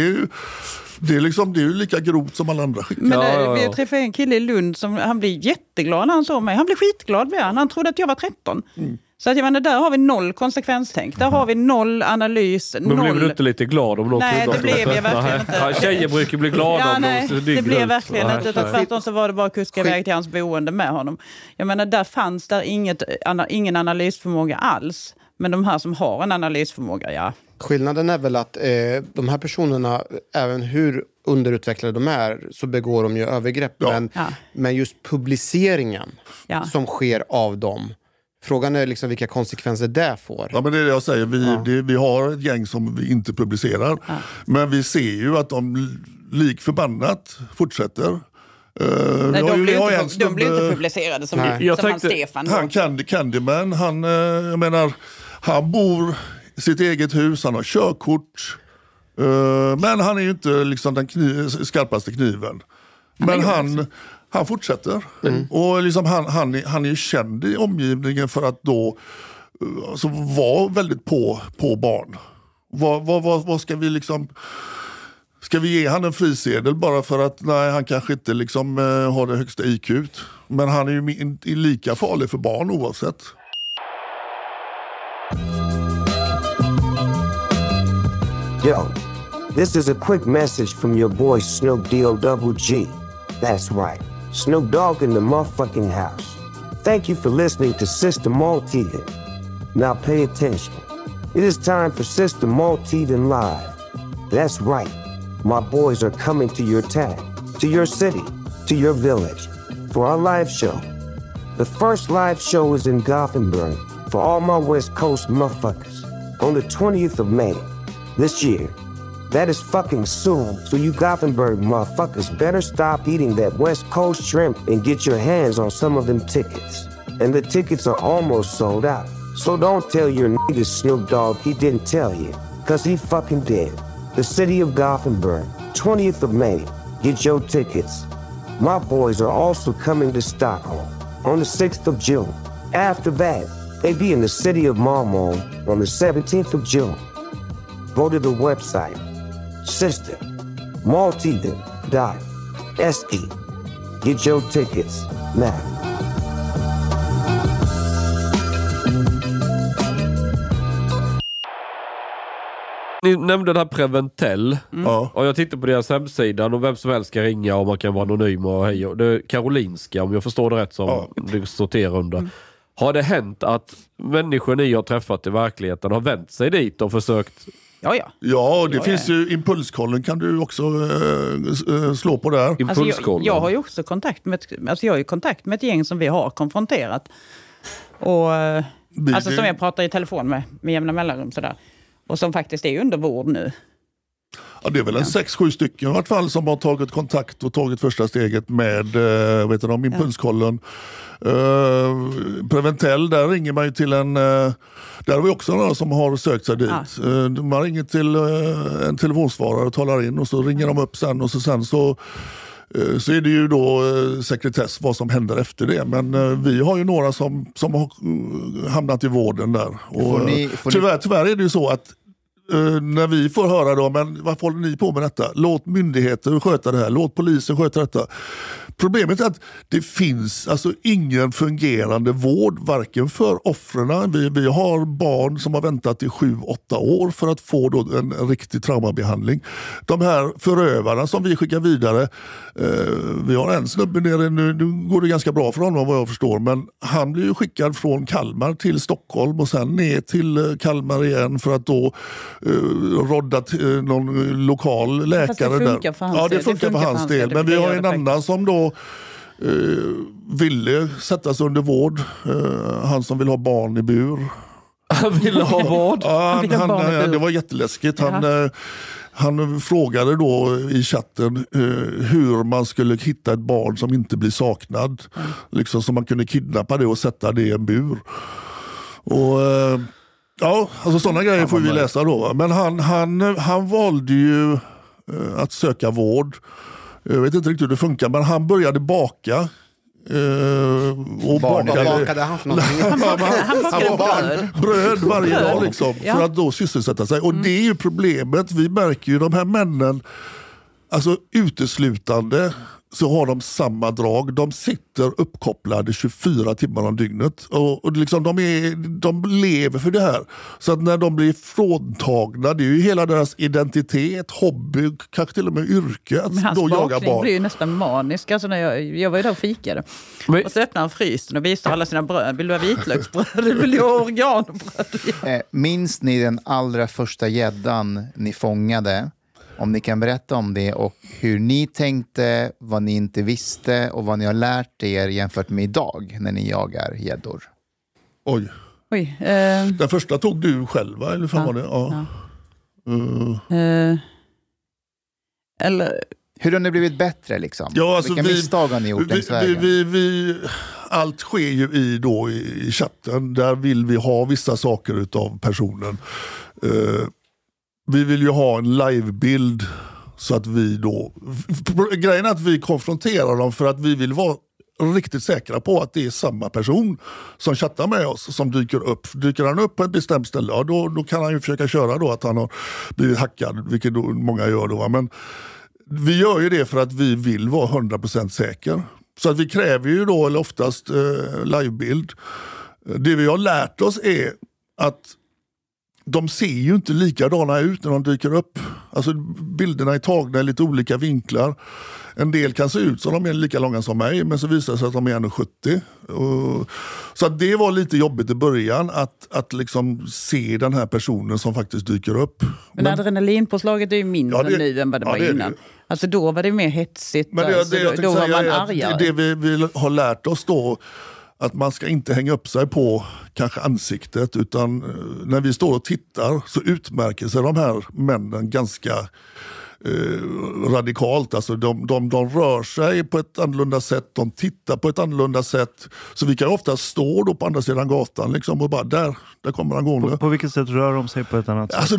det är ju lika grovt som alla andra skickar. Men vi träffade en kille i Lund som han blev jätteglad när han såg mig. Han blev skitglad med han trodde att jag var 13. Så att jag menar, där har vi 0 konsekvenstänk. Där har vi 0 analys. Men blev du inte lite glad om något? Nej, det blev jag verkligen inte. Tjejer brukar bli glada om det blev verkligen inte. Utan tvärtom så var det bara att kuska iväg till hans boende med honom. Jag menar, där fanns där ingen analysförmåga alls. Men de här som har en analysförmåga, Skillnaden är väl att de här personerna, även hur underutvecklade de är, så begår de ju övergrepp. Men just publiceringen som sker av dem. Frågan är liksom vilka konsekvenser det får. Ja, men det är det jag säger. Vi har ett gäng som vi inte publicerar. Ja. Men vi ser ju att de lik förbannat fortsätter. Nej, de blir inte publicerade som han Stefan. Han Candyman, han bor i sitt eget hus, han har körkort. Men han är ju inte liksom den skarpaste kniven. Men han fortsätter. Och liksom han är ju känd i omgivningen för att då alltså, vara väldigt på barn. Vad ska vi liksom... Ska vi ge han en frisedel bara för att han kanske inte liksom har det högsta IQ:t. Men han är ju lika farlig för barn oavsett. Yo, This is a quick message from your boy Snoop D-O-double-G. That's right, Snoop Dogg in the motherfucking house. Thank you for listening to Sister Malteden. Now pay attention. It is time for Sister Malteden Live. That's right, my boys are coming to your town, to your city, to your village, for our live show. The first live show is in Gothenburg for all my West Coast motherfuckers on the 20th of May this year. That is fucking soon, so you Gothenburg motherfuckers better stop eating that West Coast shrimp and get your hands on some of them tickets. And the tickets are almost sold out. So don't tell your nigga Snoop Dogg he didn't tell you, cause he fucking did. The city of Gothenburg, 20th of May. Get your tickets. My boys are also coming to Stockholm on the 6th of June. After that, they be in the city of Malmö on the 17th of June. Go to the website, sistermalteden.se. Get your tickets now. Ni nämnde den här Preventell. Och jag tittar på deras hemsida och vem som helst ska ringa och man kan vara anonym och hej. Det är Karolinska, om jag förstår det rätt, som det sorterar under. Har det hänt att människor ni har träffat i verkligheten har vänt sig dit och försökt? Ja, det finns ju impulskollen, kan du också slå på där. Alltså jag har ju också kontakt med ett gäng som vi har konfronterat. Och alltså som jag pratar i telefon med jämna mellanrum sådär. Och som faktiskt är under vård nu. Ja, det är väl en 6-7 stycken i vart fall som har tagit kontakt och tagit första steget med impulskollen. Preventell, där ringer man ju till där har vi också några som har sökt sig dit. Man ringer till en telefonsvarare och talar in och så ringer de upp sen och sen så är det ju då sekretess vad som händer efter det. Men vi har ju några som har hamnat i vården där. Och tyvärr är det ju så att när vi får höra då, men varför håller ni på med detta? Låt myndigheter sköta det här, låt polisen sköta detta. Problemet är att det finns alltså ingen fungerande vård, varken för offren. Vi har barn som har väntat i 7-8 år för att få då en riktig traumabehandling. De här förövarna som vi skickar vidare, vi har en snubbe nere, nu går det ganska bra för honom vad jag förstår, men han blir ju skickad från Kalmar till Stockholm och sen ner till Kalmar igen för att då rodda till någon lokal läkare där. Det funkar för hans del. Men vi har en annan som då ville sättas under vård. Han som vill ha barn i bur. Han ville ha vård? Det var jätteläskigt. Han frågade då i chatten hur man skulle hitta ett barn som inte blir saknad. Liksom så man kunde kidnappa det och sätta det i en bur. Och alltså sådana grejer får vi läsa då. Men han valde ju att söka vård. Jag vet inte riktigt hur det funkar, men han började baka. Och bakade han för någonting? Han bröd varje dag liksom, för att då sysselsätta sig. Och det är ju problemet. Vi märker ju de här männen, alltså uteslutande så har de samma drag. De sitter uppkopplade 24 timmar om dygnet. Och liksom de lever för det här. Så att när de blir fråntagna, det är ju hela deras identitet, hobby, kanske till och med yrke att då jaga barn. Blir ju nästan manisk. Alltså när jag var ju där och fikade. Och så öppnade han frysen och visade alla sina bröd. Vill du ha vitlöksbröd? Vill du ha organbröd? Minns ni den allra första gäddan ni fångade? Om ni kan berätta om det och hur ni tänkte, vad ni inte visste och vad ni har lärt er jämfört med idag när ni jagar gäddor. Oj. Den första tog du själv, eller fan var det? Ja. Eller... Hur har ni blivit bättre liksom? Ja, alltså vilka misstag har ni gjort längs vägen? Allt sker ju i chatten. Där vill vi ha vissa saker utav personen. Vi vill ju ha en livebild så att vi då... Grejen är att vi konfronterar dem för att vi vill vara riktigt säkra på att det är samma person som chattar med oss som dyker upp. Dyker han upp på ett bestämt ställe, ja, då kan han ju försöka köra då att han har blivit hackad, vilket då många gör då. Men vi gör ju det för att vi vill vara 100% säker. Så att vi kräver ju då, eller oftast livebild. Det vi har lärt oss är att de ser ju inte likadana ut när de dyker upp. Alltså bilderna är tagna i lite olika vinklar. En del kan se ut som de är lika långa som mig, men så visar det sig att de är 1,70. Så att det var lite jobbigt i början att liksom se den här personen som faktiskt dyker upp. Men adrenalinpåslaget är ju mindre nu än vad det var innan. Alltså då var det mer hetsigt. Men då var man argare. Det vi har lärt oss då, att man ska inte hänga upp sig på kanske ansiktet, utan när vi står och tittar så utmärker sig de här männen ganska radikalt. Alltså de rör sig på ett annorlunda sätt, de tittar på ett annorlunda sätt. Så vi kan ofta stå då på andra sidan gatan liksom, och bara där kommer han gående. På vilket sätt rör de sig på ett annat sätt? Alltså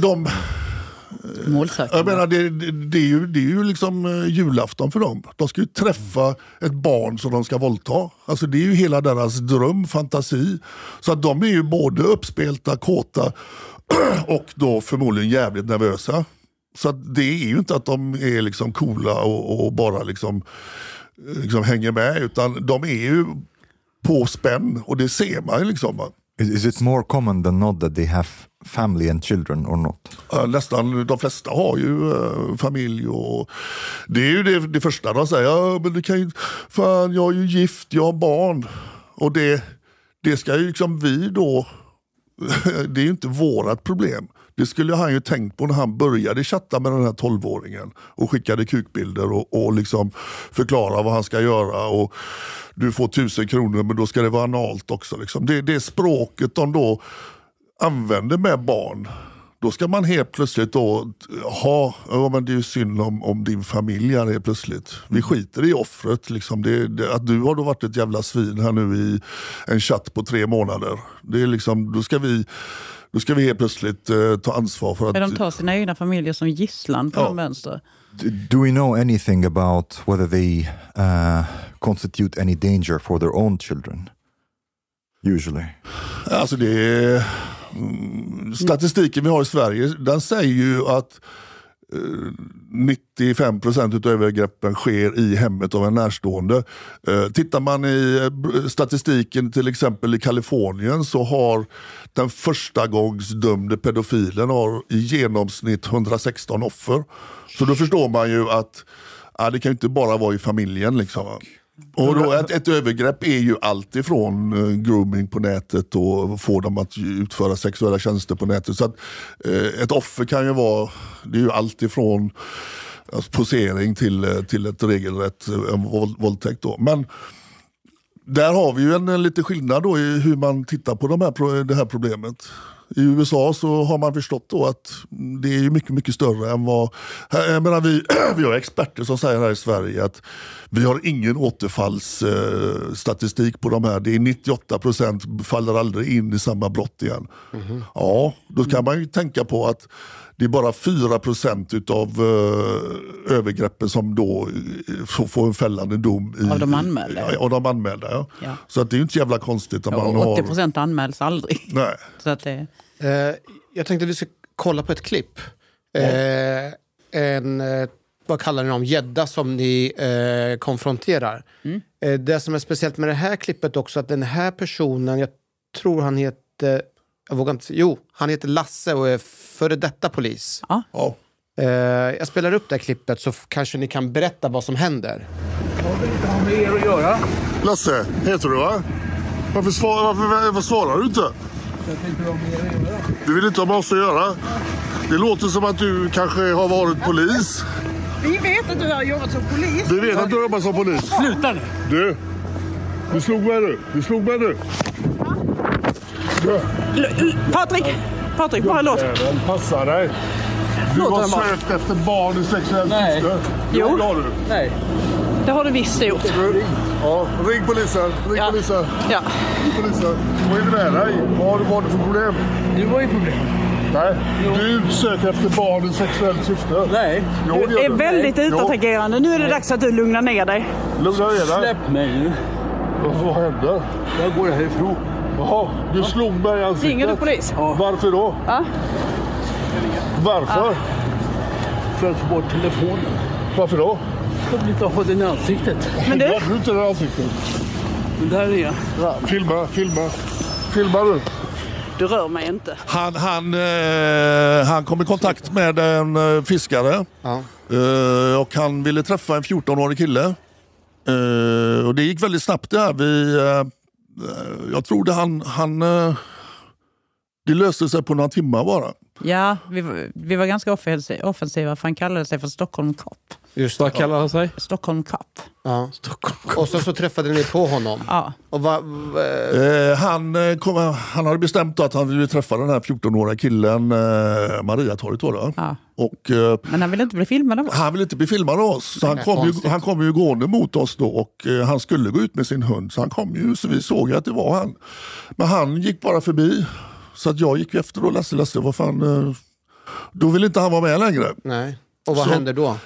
jag menar, det är ju liksom julafton för dem. De ska ju träffa ett barn som de ska våldta. Alltså det är ju hela deras dröm, fantasi. Så att de är ju både uppspelta, kåta och då förmodligen jävligt nervösa. Så att det är ju inte att de är liksom coola och bara liksom hänger med, utan de är ju på spänn, och det ser man ju liksom. Is it more common than not that they have family and children or not? Nästan de flesta har ju familj, och det är ju det första de säger. Men det kan ju, fan, jag är ju gift, jag har barn. Och det ska ju liksom vi då, det är ju inte vårat problem. Det skulle han ju tänkt på när han började chatta med den här 12-åringen och skickade kukbilder och liksom förklara vad han ska göra, och du får 1000 kronor, men då ska det vara analt också. Liksom. Det språket de då använder med barn, då ska man helt plötsligt då men det är ju synd om din familj här helt plötsligt. Vi skiter i offret. Liksom. Att du har då varit ett jävla svin här nu i en chatt på 3 månader. Det är liksom, då ska vi helt plötsligt ta ansvar för att... De tar sina egna familjer som gisslan på de vänster. Do we know anything about whether they constitute any danger for their own children? Usually. Alltså det är... Statistiken vi har i Sverige, den säger ju att 95% av övergreppen sker i hemmet av en närstående. Tittar man i statistiken till exempel i Kalifornien, så har den första gångs dömde pedofilen har i genomsnitt 116 offer. Så då förstår man ju att det kan ju inte bara vara i familjen liksom. Och då ett övergrepp är ju allt ifrån grooming på nätet och få dem att utföra sexuella tjänster på nätet. Så att ett offer kan ju vara, det är ju allt ifrån posering till ett regelrätt våldtäkt då. Men där har vi ju en lite skillnad då i hur man tittar på det här problemet. I USA så har man förstått då att det är mycket, mycket större än vad... Jag menar, vi har experter som säger här i Sverige att vi har ingen återfallsstatistik på de här. Det är 98% faller aldrig in i samma brott igen. Mm-hmm. Ja, då kan man ju tänka på att det är bara 4% av övergreppen som då får en fällande dom. Av de anmälda? Ja, av de anmälda, ja. Så att det är ju inte så jävla konstigt. Att man 80% anmäls aldrig. Nej. Så att det... Jag tänkte att vi ska kolla på ett klipp. Vad kallar ni dem? Gädda som ni konfronterar. Det som är speciellt med det här klippet också, att den här personen, jag tror han heter... han heter Lasse och är före detta polis. Ja. Jag spelar upp det här klippet så kanske ni kan berätta vad som händer. Jag vill inte ha med er att göra. Lasse, heter du varför svarar du inte? Jag tänkte ha med er att göra. Du vill inte ha med oss att göra? Det låter som att du kanske har varit polis. Vi vet att du har jobbat som polis. Vi vet att du har jobbat som polis. Sluta nu. Du slog mig nu. Patrik, bara låt. Passa dig. Du har sökt efter barn i sexuellt syfte. Jo. Det har du. Nej. Det har du visst gjort. Ja, ring polisen. Polisen. Ja. Polisen. Vad är det med dig? Vad har du för problem? Du var ju problem. Nej, du söker efter barn i sexuellt syfte. Nej. Du är väldigt utåtagerande. Nu är det dags att du lugnar ner dig. Lugna ner dig? Släpp mig nu. Vad händer? Jag går härifrån. Jaha, du slog mig i ansiktet. Ringer du polis? Ja. Varför då? Ja. Varför? Ja. För att få bort telefonen. Varför då? Jag vill inte ha den i ansiktet. Men du? Jag vill inte ha den i ansiktet. Men där är jag. Ja, filma. Filmar du? Du rör mig inte. Han kom i kontakt med en fiskare. Ja. Och han ville träffa en 14-årig kille. Och det gick väldigt snabbt det här. Jag trodde det löste sig på några timmar bara. Ja, vi var ganska offensiva, för han kallade sig för Stockholm Cop. Just vad kallar han sig? Stockholm Cop. Ja. Och så träffade ni på honom. Ja. Och han hade bestämt att han ville träffa den här 14-åriga killen, Mariatorget var det. Ja. Men han ville inte bli filmad av oss. Han ville inte bli filmad av oss. Så han kom ju gående mot oss då, och han skulle gå ut med sin hund. Så han kom ju, så vi såg att det var han. Men han gick bara förbi. Så att jag gick efter och Lasse, vad fan... Då ville inte han vara med längre. Nej. Och vad hände då?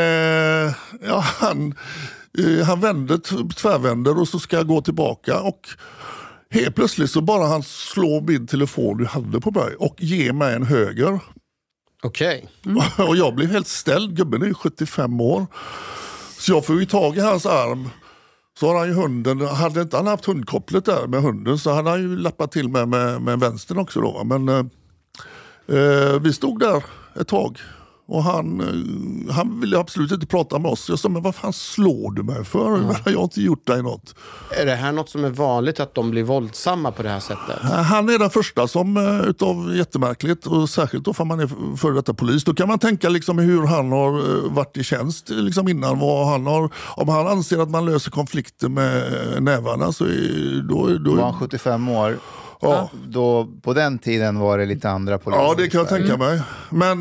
Han tvärvänder och så ska jag gå tillbaka. Och helt plötsligt så bara han slår min telefon du hade på mig och ger mig en höger. Okej. Och jag blev helt ställd. Gubben är ju 75 år. Så jag får ju tag i hans arm. Så har han ju hunden, hade inte han haft hundkopplet där med hunden så hade han ju lappat till med vänstern också då. Men vi stod där ett tag och han ville absolut inte prata med oss. Jag sa, men vad fan slår du mig för? Jag har inte gjort dig något. Är det här något som är vanligt att de blir våldsamma på det här sättet? Han är den första som utav jättemärkligt, och särskilt då för man är före detta polis. Då kan man tänka liksom hur han har varit i tjänst liksom innan, om han anser att man löser konflikter med nävarna så då var han 75 år. Ja. Då, på den tiden var det lite andra poliser. Ja, det kan jag tänka mig. Men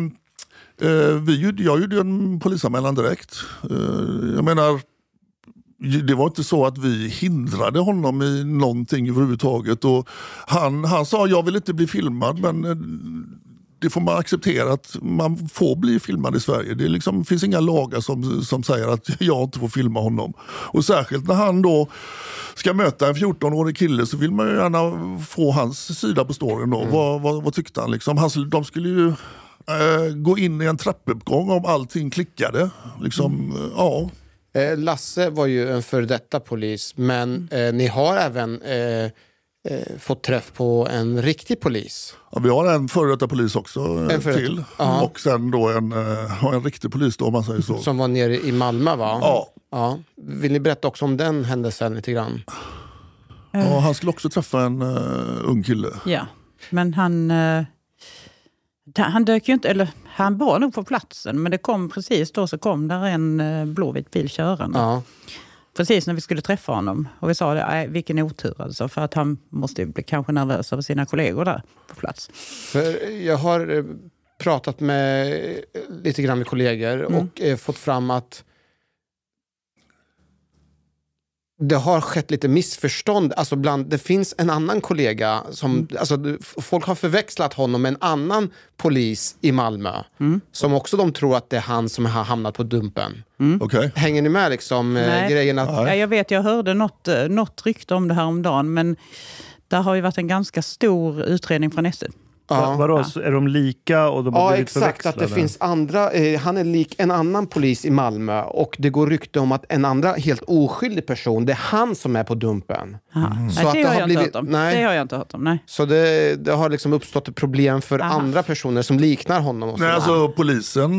jag gjorde en polisanmälan direkt. Jag menar, det var inte så att vi hindrade honom i någonting överhuvudtaget. Och han sa, jag vill inte bli filmad, men det får man acceptera att man får bli filmad i Sverige. Det liksom, finns inga lagar som säger att jag inte får filma honom. Och särskilt när han då ska möta en 14-årig kille så vill man ju gärna få hans sida på storyn då. Vad tyckte han liksom? De skulle ju gå in i en trappuppgång om allting klickade. Liksom, ja. Lasse var ju en före detta polis, men ni har även fått träff på en riktig polis. Ja, vi har en före detta polis också till. Och sen då en riktig polis då, om man säger så. Som var nere i Malmö, va? Ja. Vill ni berätta också om den händelsen lite grann? Ja, han skulle också träffa en ung kille. Ja, men han dök ju inte, eller han var nog på platsen, men det kom precis då så kom där en blåvit bil körande. Ja. Precis när vi skulle träffa honom. Och vi sa det, vilken otur alltså, för att han måste bli kanske nervös av sina kollegor där på plats. För jag har pratat med lite grann med kollegor och fått fram att det har skett lite missförstånd. Alltså det finns en annan kollega som, alltså folk har förväxlat honom med en annan polis i Malmö. Som också de tror att det är han som har hamnat på dumpen. Okay. Hänger ni med liksom grejen att... Ja, jag hörde något rykte om det här om dagen, men där har ju varit en ganska stor utredning från SE. Ja. Vadå, är de lika och de har blivit exakt, förväxlade? att det finns andra, han är lik en annan polis i Malmö och det går rykte om att en andra helt oskyldig person, det är han som är på dumpen. Så det har jag inte hört om. Nej. Det har jag inte hört om, nej. Så det har liksom uppstått ett problem för andra personer som liknar honom. Och nej, alltså polisen,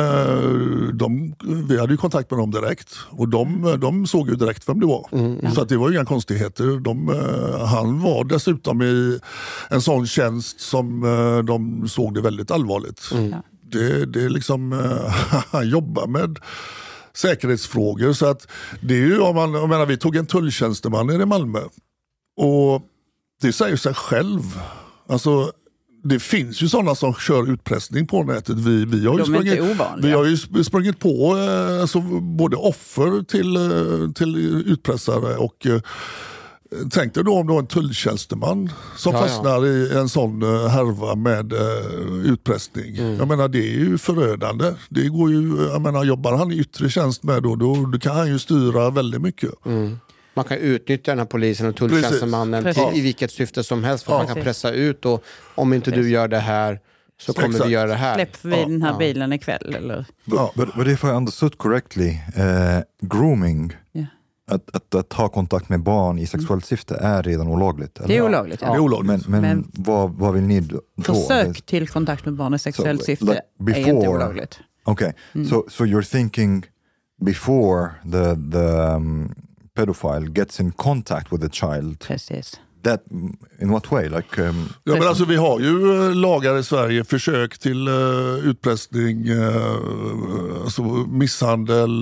vi hade ju kontakt med dem direkt och de såg ju direkt vem det var. Så att det var ju inga konstigheter. Han var dessutom i en sån tjänst som de såg det väldigt allvarligt. Det är liksom han jobbar med säkerhetsfrågor, så att det är ju, jag menar, vi tog en tulltjänsteman i Malmö och det säger sig själv. Alltså det finns ju sådana som kör utpressning på nätet. Vi har ju sprungit på alltså, både offer till utpressare och tänk dig då om du har en tulltjänsteman som fastnar i en sån härva med utpressning. Jag menar, det är ju förödande. Det går ju, jag menar, jobbar han i yttre tjänst med då kan han ju styra väldigt mycket. Man kan utnyttja den här polisen och tulltjänstemannen i vilket syfte som helst, för man kan pressa ut, och om inte du gör det här så kommer vi göra det här. Släpp vi den här bilen ikväll eller? But if I understood correctly, grooming att ha kontakt med barn i sexuellt syfte är redan olagligt? Eller? Det är olagligt. Ja. Det är olagligt. Men vad vill ni då? Försök till kontakt med barn i sexuellt syfte är inte olagligt. Okay, so you're thinking before the pedophile gets in contact with the child. Precis. That, in what way? Like, men alltså, vi har ju lagar i Sverige, försök till utpressning, alltså misshandel,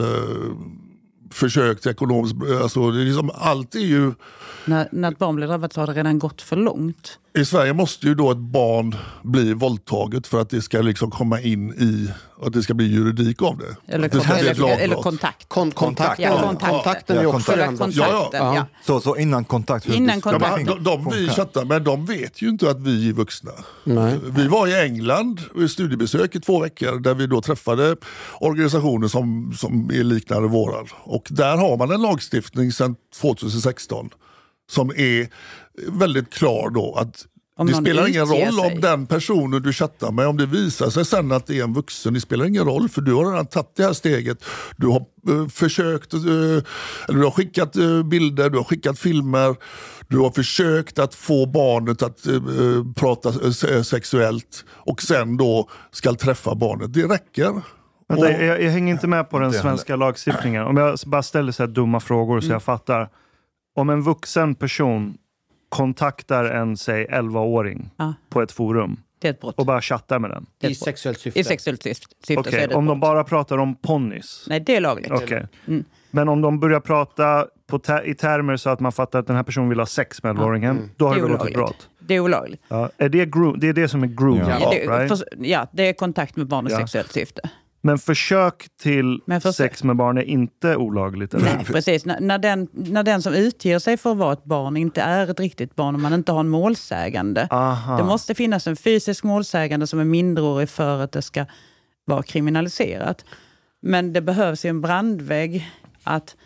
försök till ekonomisk... Alltså, det är liksom, allt är ju... När ett barn blir drabbat så har det redan gått för långt. I Sverige måste ju då ett barn bli våldtaget för att det ska liksom komma in i... Att det ska bli juridik av det. Eller kontakt. Kontakten är också ja. Så innan kontakt. Vi chattar, men de vet ju inte att vi är vuxna. Nej. Vi var i England i studiebesök i 2 veckor där vi då träffade organisationer som är liknande våran. Och där har man en lagstiftning sedan 2016 som är väldigt klar då att det spelar ingen roll om den personen du chattar med, om det visar sig sen att det är en vuxen, det spelar ingen roll för du har redan tagit det här steget. Du har försökt, eller du har skickat bilder, du har skickat filmer, du har försökt att få barnet att prata sexuellt och sen då ska träffa barnet. Det räcker. Vänta, jag hänger inte med på den svenska lagstiftningen. Om jag bara ställer så här dumma frågor så jag fattar. Om en vuxen person kontaktar en, säg 11-åring på ett forum det är ett brott. Och bara chattar med den. I sexuellt syfte. I sexuellt syfte. Okej, om de bara pratar om ponnys. Nej, det är lagligt. Okej. Men om de börjar prata i termer så att man fattar att den här personen vill ha sex med 11-åringen, då har det gått ett brott. Det är olagligt. Ja. Det är det som är grooming, right? Det är kontakt med barn i sexuellt syfte. Men försök till sex med barn är inte olagligt? Eller? Nej, precis. När den som utger sig för att vara ett barn inte är ett riktigt barn och man inte har en målsägande. Aha. Det måste finnas en fysisk målsägande som är mindreårig för att det ska vara kriminaliserat. Men det behövs ju en brandvägg att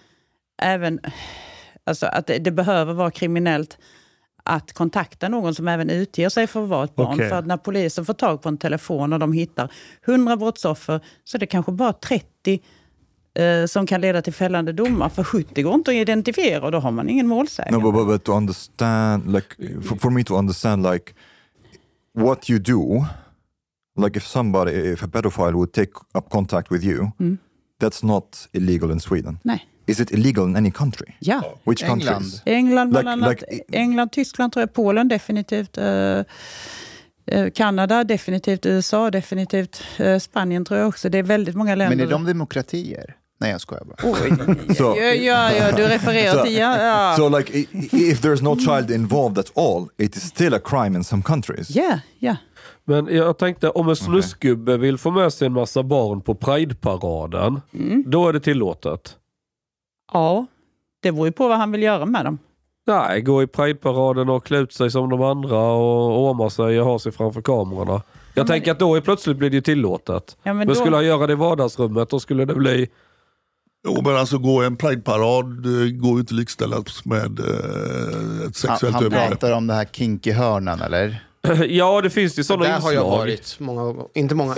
det behöver vara kriminellt att kontakta någon som även utger sig för att vara ett barn. Okay. För att när polisen får tag på en telefon och de hittar 100 brottsoffer så är det kanske bara 30 som kan leda till fällande domar. För 70 går inte att identifiera och då har man ingen målsägande. No, but to understand, like, for me to understand, like, what you do, like if a pedophile would take up contact with you, that's not illegal in Sweden. Nej. Is it illegal in any country? Ja. Which countries? England bland annat. England, Tyskland tror jag, Polen definitivt. Kanada definitivt, USA definitivt, Spanien tror jag också. Det är väldigt många länder. Men är de demokratier? Nej, jag skojar bara. Ja, du refererar till So like if there's no child involved at all, it is still a crime in some countries. Ja. Men jag tänkte, om en snusgubbe vill få med sig en massa barn på Pride-paraden, då är det tillåtet. Ja, det beror ju på vad han vill göra med dem. Nej, gå i Pride-paraden och klä ut sig som de andra och åma sig och ha sig framför kamerorna. Jag tänker att då plötsligt blir det ju tillåtet. Ja, men skulle han göra det i vardagsrummet, då skulle det bli... Jo, men alltså gå en Pride-parad går ju inte likställas med ett sexuellt övergrepp. Han pratar om det här kinky-hörnan, eller? Ja, det finns ju sådana inslag. Där har jag varit många gånger. Inte många.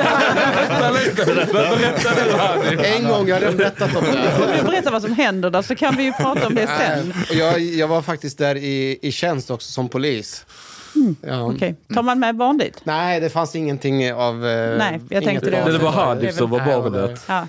En gång jag har berättat om det. Om du berättar vad som händer där så kan vi ju prata om det sen. Jag var faktiskt där i tjänst också som polis. Okej. Tar man med barn dit? Nej, det fanns ingenting av... Nej, jag tänkte det. Det var Hanif som var barnet. Ja.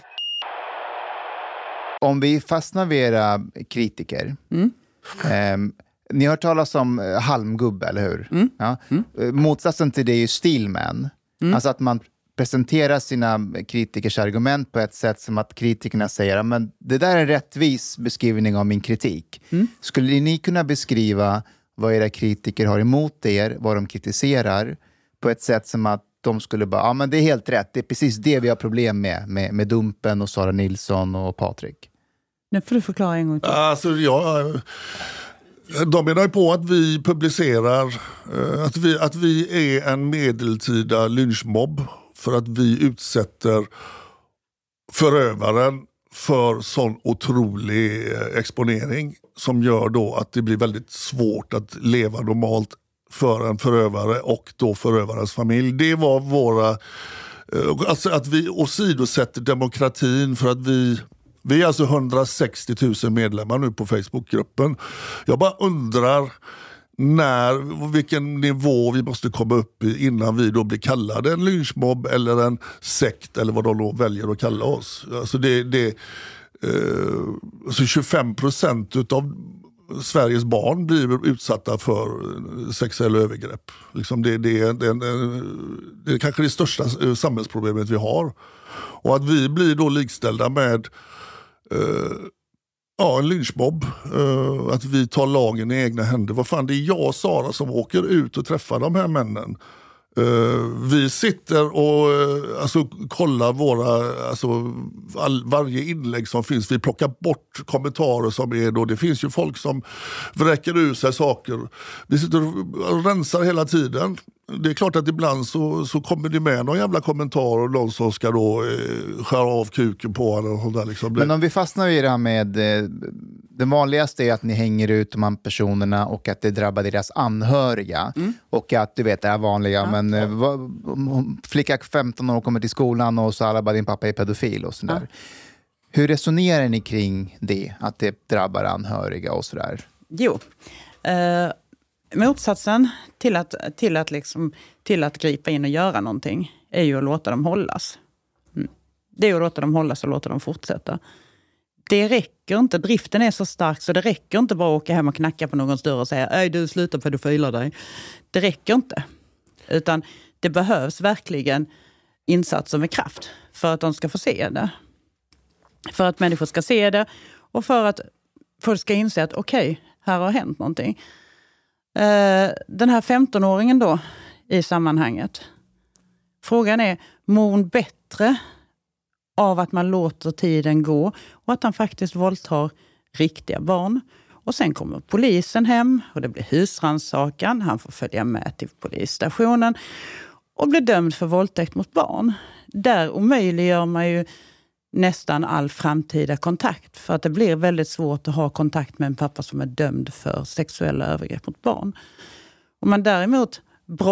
Om vi fastnar vid era kritiker... ni har hört talas om halmgubbe, eller hur? Ja. Motsatsen till det är ju Steelman. Alltså att man presenterar sina kritikers argument på ett sätt som att kritikerna säger men det där är en rättvis beskrivning av min kritik. Skulle ni kunna beskriva vad era kritiker har emot er, vad de kritiserar på ett sätt som att de skulle bara, men det är helt rätt, det är precis det vi har problem med Dumpen och Sara Nilsson och Patrik. Nu får du förklara en gång till. Alltså de menar ju på att vi publicerar att vi är en medeltida lynchmobb för att vi utsätter förövaren för sån otrolig exponering som gör då att det blir väldigt svårt att leva normalt för en förövare och då förövarens familj. Det var våra... Alltså att vi åsidosätter demokratin för att Vi är alltså 160 000 medlemmar nu på Facebookgruppen. Jag bara undrar vilken nivå vi måste komma upp i innan vi då blir kallade en lynchmobb eller en sekt eller vad de då väljer att kalla oss. Alltså alltså 25% av Sveriges barn blir utsatta för sexuella övergrepp. Liksom det är kanske det största samhällsproblemet vi har. Och att vi blir då likställda med en lynchmobb, att vi tar lagen i egna händer. Vad fan, det är jag och Sara som åker ut och träffar de här männen. Vi sitter och kollar varje inlägg som finns. Vi plockar bort kommentarer som är då. Det finns ju folk som vräker ur sig saker. Vi sitter och rensar hela tiden. Det är klart att ibland så kommer det med någon jävla kommentar och någon som ska då skära av kuken på honom och sånt där liksom. Men om vi fastnar i det här med det vanligaste är att ni hänger ut de här personerna och att det drabbar deras anhöriga. Och att du vet det är vanliga, flicka 15 år kommer till skolan och så alla bara din pappa är pedofil och sådär. Hur resonerar ni kring det? Att det drabbar anhöriga och sådär? Jo, motsatsen till att gripa in och göra någonting är ju att låta dem hållas. Det är att låta dem hållas och låta dem fortsätta. Det räcker inte, driften är så stark så det räcker inte bara att åka hem och knacka på någons dörr och säga "Ej, du slutar pedofila dig". Det räcker inte. Utan det behövs verkligen insatser med kraft för att de ska få se det. För att människor ska se det och för att folk ska inse att okej, här har hänt någonting. Den här 15-åringen då i sammanhanget. Frågan är, mår hon bättre av att man låter tiden gå och att han faktiskt våldtar riktiga barn? Och sen kommer polisen hem och det blir husrannsakan. Han får följa med till polisstationen och blir dömd för våldtäkt mot barn. Där omöjliggör man ju nästan all framtida kontakt. För att det blir väldigt svårt att ha kontakt med en pappa som är dömd för sexuella övergrepp mot barn. Om man däremot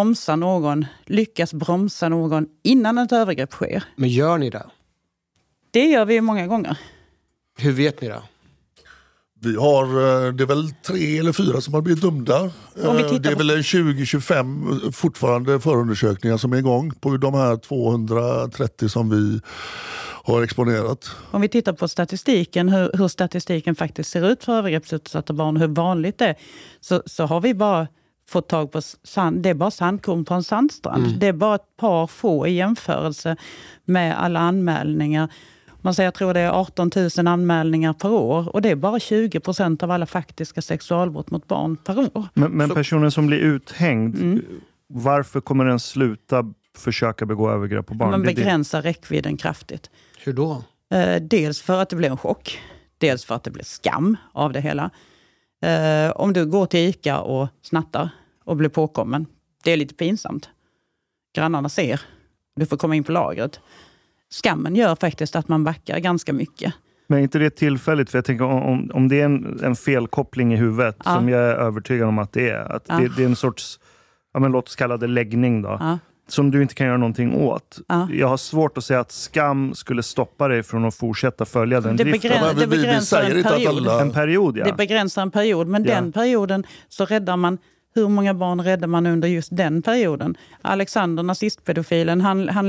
lyckas bromsa någon innan ett övergrepp sker. Men gör ni det? Det gör vi ju många gånger. Hur vet ni det? Vi har, det är väl 3 eller 4 som har blivit dömda. Det är väl 20-25 fortfarande förundersökningar som är igång på de här 230 som vi har exponerat. Om vi tittar på statistiken, hur statistiken faktiskt ser ut för övergreppsutsatta barn, hur vanligt det är, så har vi bara fått tag på det är bara sandkorn på en sandstrand. Det är bara ett par få i jämförelse med alla anmälningar. Man säger, jag tror det är 18 000 anmälningar per år och det är bara 20% av alla faktiska sexualbrott mot barn per år. Men personen som blir uthängd, varför kommer den sluta försöka begå övergrepp på barn? Man begränsar räckvidden kraftigt. Hur då? Dels för att det blir en chock. Dels för att det blir skam av det hela. Om du går till ICA och snattar och blir påkommen, det är lite pinsamt. Grannarna ser. Du får komma in på lagret. Skammen gör faktiskt att man backar ganska mycket. Men är inte det tillfälligt? För jag tänker om det är en felkoppling i huvudet som jag är övertygad om att det är. Att det är en sorts, låt oss kalla det läggning då. Som du inte kan göra någonting åt. Jag har svårt att säga att skam skulle stoppa dig från att fortsätta följa den driften. Det begränsar en period. En period, ja. Det begränsar en period, men den perioden så räddar man. Hur många barn räddar man under just den perioden? Alexander, nazistpedofilen,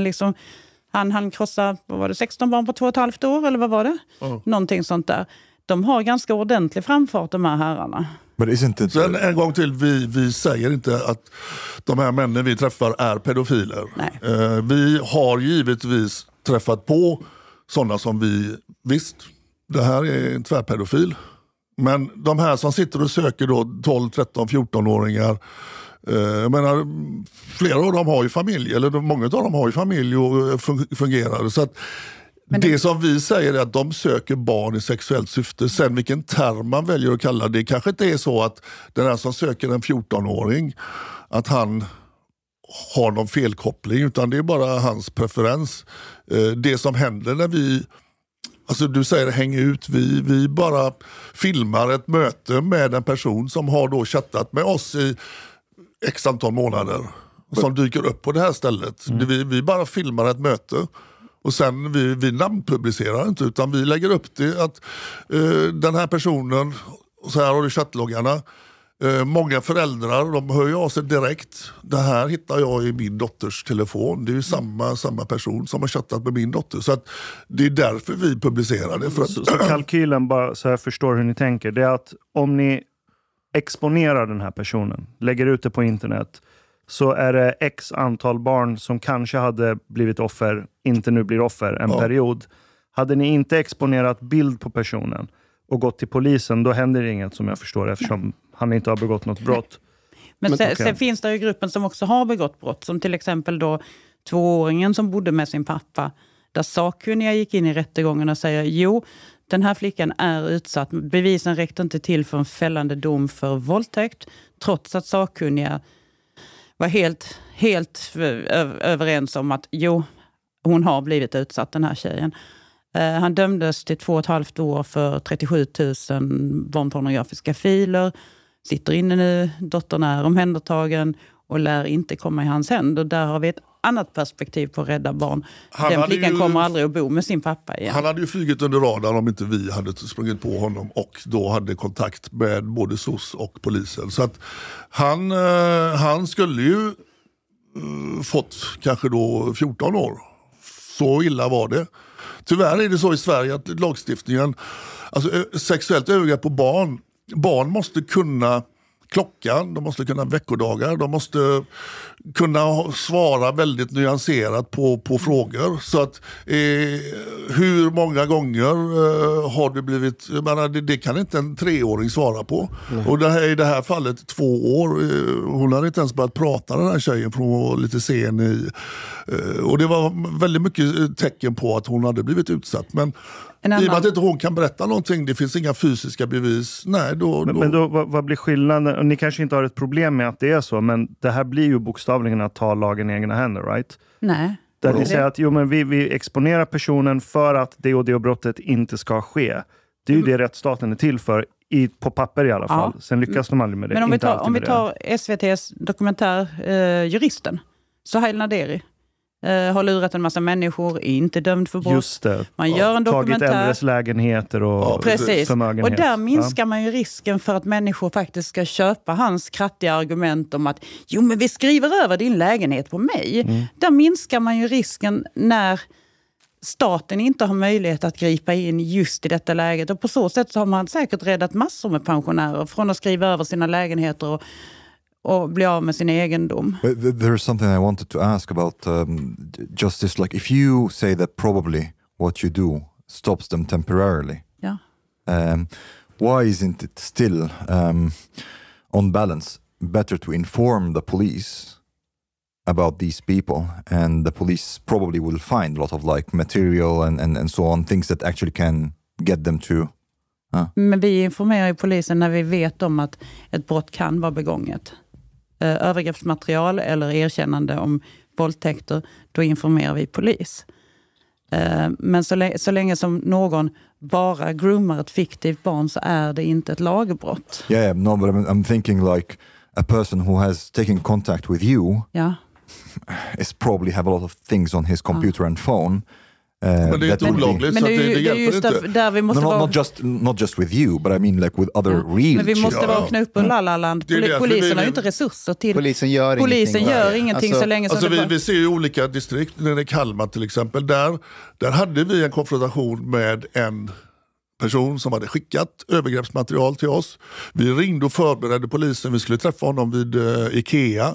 han krossade, vad var det, 16 barn på 2,5 år eller vad var det? Någonting sånt där. De har ganska ordentlig framfart, de här herrarna. Sen en gång till, vi säger inte att de här männen vi träffar är pedofiler. Vi har givetvis träffat på sådana som vi, visst, det här är en tvärpedofil. Men de här som sitter och söker då 12, 13, 14-åringar, jag menar, flera av dem har ju familj, eller många av dem har ju familj och fungerar. Så att det som vi säger är att de söker barn i sexuellt syfte. Sen vilken term man väljer att kalla det, kanske inte är så att den här som söker en 14-åring, att han har någon felkoppling, utan det är bara hans preferens. Det som händer när vi, alltså du säger häng ut, vi bara filmar ett möte med en person som har då chattat med oss i x antal månader, som dyker upp på det här stället. Vi bara filmar ett möte. Och sen vi namnpublicerar inte, utan vi lägger upp det att den här personen, så här har du chattloggarna. Många föräldrar, de hör ju av sig direkt. Det här hittar jag i min dotters telefon. Det är ju samma person som har chattat med min dotter. Så att det är därför vi publicerar det. För att... så kalkylen, bara så jag förstår hur ni tänker, det är att om ni exponerar den här personen, lägger ut det på internet, så är det x antal barn som kanske hade blivit offer, inte nu blir offer en period. Hade ni inte exponerat bild på personen och gått till polisen, då händer det inget som jag förstår, eftersom han inte har begått något brott. Men sen finns det ju gruppen som också har begått brott, som till exempel då 2-åringen som bodde med sin pappa, där sakkunniga gick in i rättegången och säger jo, den här flickan är utsatt. Bevisen räckte inte till för en fällande dom för våldtäkt, trots att sakkunniga var helt överens om att jo, hon har blivit utsatt, den här tjejen. Han dömdes till 2,5 år för 37 000 barnpornografiska filer. Sitter inne nu, dottern är omhändertagen och lär inte komma i hans händer. Där har vi ett annat perspektiv på att rädda barn. Den flickan kommer aldrig att bo med sin pappa igen. Han hade ju flugit under radarn om inte vi hade sprungit på honom och då hade kontakt med både SOS och polisen. Så att han skulle ju fått kanske då 14 år. Så illa var det. Tyvärr är det så i Sverige att lagstiftningen, alltså sexuellt övergrepp på barn måste kunna klockan, de måste kunna veckodagar, de måste kunna svara väldigt nyanserat på frågor. Så att hur många gånger har det blivit, jag menar, det kan inte en 3-åring svara på. Och det här, i det här fallet 2 år, hon hade inte ens börjat prata, den här tjejen, för hon var lite sen i. Och det var väldigt mycket tecken på att hon hade blivit utsatt. Men i och med att inte hon kan berätta någonting, det finns inga fysiska bevis. Nej, Men då vad blir skillnaden? Och ni kanske inte har ett problem med att det är så, men det här blir ju bokstavligen att ta lagen i egna händer, right? Nej. Där ni säger att jo, men vi exponerar personen för att det och brottet inte ska ske. Det är ju det rättsstaten är till för, på papper i alla fall. Sen lyckas de aldrig med det. Men om vi tar SVT:s dokumentär Juristen, Sohail Naderi har lurat en massa människor, är inte dömd för brott. Just det. Man gör en dokumentär. Tagit äldres lägenheter och förmögenhet. Och där minskar man ju risken för att människor faktiskt ska köpa hans krattiga argument om att jo, men vi skriver över din lägenhet på mig. Där minskar man ju risken när staten inte har möjlighet att gripa in just i detta läget. Och på så sätt så har man säkert räddat massor med pensionärer från att skriva över sina lägenheter och bli av med sin egendom. There's something I wanted to ask about justice. Like if you say that probably what you do stops them temporarily, why isn't it still on balance better to inform the police about these people, and the police probably will find a lot of like material and so on, things that actually can get them to... Men vi informerar ju polisen när vi vet om att ett brott kan vara begånget. Övergreppsmaterial eller erkännande om våldtäkter, då informerar vi polis. Men så länge som någon bara groomar ett fiktivt barn så är det inte ett lagbrott. Yeah, no, but I'm thinking like a person who has taken contact with you is probably have a lot of things on his computer and phone. Men det är inte olagligt, så det hjälper inte. Där vi måste not just with you, but I mean like with other real. Men vi måste vara knuppen Lallaland. Polisen har ju inte resurser till. Polisen gör ingenting så länge som vi ser ju olika distrikt. När det är Kalmar till exempel, där hade vi en konfrontation med en person som hade skickat övergreppsmaterial till oss. Vi ringde och förberedde polisen. Vi skulle träffa honom vid Ikea.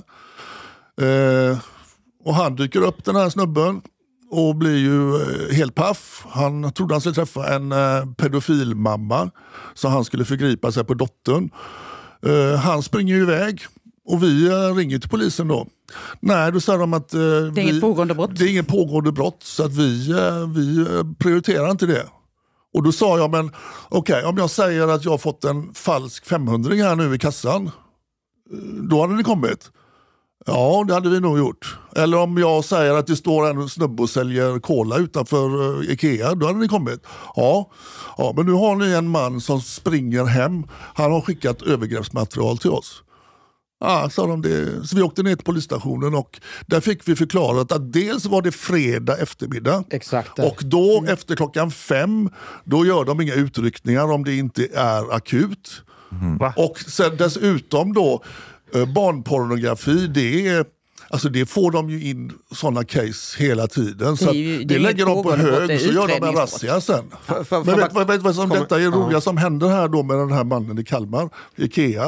Och han dyker upp, den här snubben, och blir ju helt paff. Han trodde han skulle träffa en pedofilmamma, så han skulle förgripa sig på dottern. Han springer ju iväg och vi ringer till polisen då. Nej, då säger de att det är inget pågående brott. Det är inget pågående brott, så att vi prioriterar inte det. Och då sa jag, men okej, om jag säger att jag har fått en falsk 500 här nu i kassan, då hade det kommit. Ja, det hade vi nog gjort. Eller om jag säger att det står en snubbe och säljer cola utanför Ikea, då hade ni kommit. Ja, men nu har ni en man som springer hem. Han har skickat övergreppsmaterial till oss. Ja, sa de det. Så vi åkte ner till polisstationen och där fick vi förklarat att dels var det fredag eftermiddag. Exakt. Och då efter 5:00 då gör de inga utryckningar om det inte är akut. Och sen dessutom då barnpornografi, det får de ju in sådana case hela tiden. Så det lägger de på hög så gör de en razzia sen. Men vet vad som detta är roliga som händer här då med den här mannen i Kalmar, Ikea.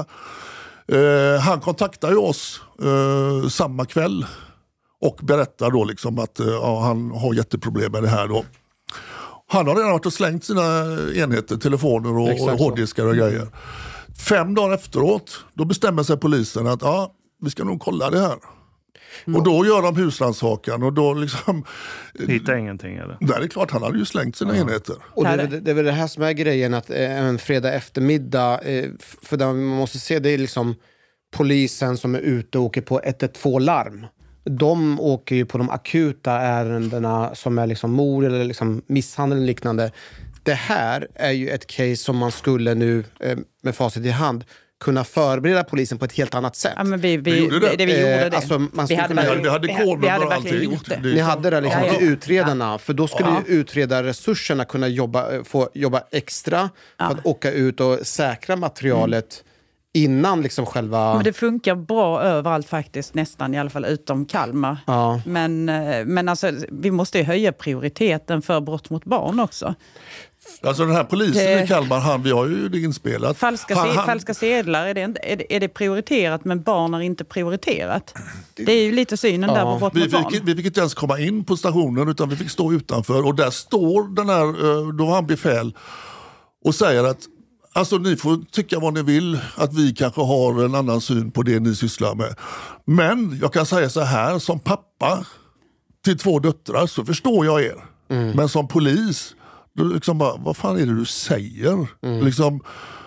Han kontaktar ju oss samma kväll och berättar då liksom att han har jätteproblem med det här då. Han har redan varit och slängt sina enheter, telefoner och hårddiskar och grejer. 5 dagar efteråt, då bestämmer sig polisen att vi ska nog kolla det här. Och då gör de husrannsakan och då liksom... Hittar ingenting eller? Nej, det är klart, han hade ju slängt sina enheter. Och det är väl det här som är grejen, att en fredag eftermiddag, för där man måste se, det är liksom polisen som är ute och åker på 112-larm. De åker ju på de akuta ärendena som är liksom mord eller liksom misshandel eller liknande. Det här är ju ett case som man skulle nu med facit i hand kunna förbereda polisen på ett helt annat sätt. Ja, men vi gjorde det. Alltså, vi hade koder och allting. Ni hade det liksom till utredarna. För då skulle ju utredarresurserna kunna få jobba extra för att åka ut och säkra materialet innan liksom själva... Men det funkar bra överallt faktiskt, nästan i alla fall utom Kalmar. Ja. Men alltså, vi måste ju höja prioriteten för brott mot barn också. Alltså den här polisen i Kalmar, vi har ju det inspelat. Falska sedlar, är det prioriterat, men barn är inte prioriterat. Det är ju lite synen där på brott mot barn. Vi fick inte ens komma in på stationen utan vi fick stå utanför. Och där står den här, då har han befäl och säger att alltså ni får tycka vad ni vill, att vi kanske har en annan syn på det ni sysslar med. Men jag kan säga så här, som pappa till 2 döttrar så förstår jag er. Men som polis, då liksom bara, vad fan är det du säger? Liksom,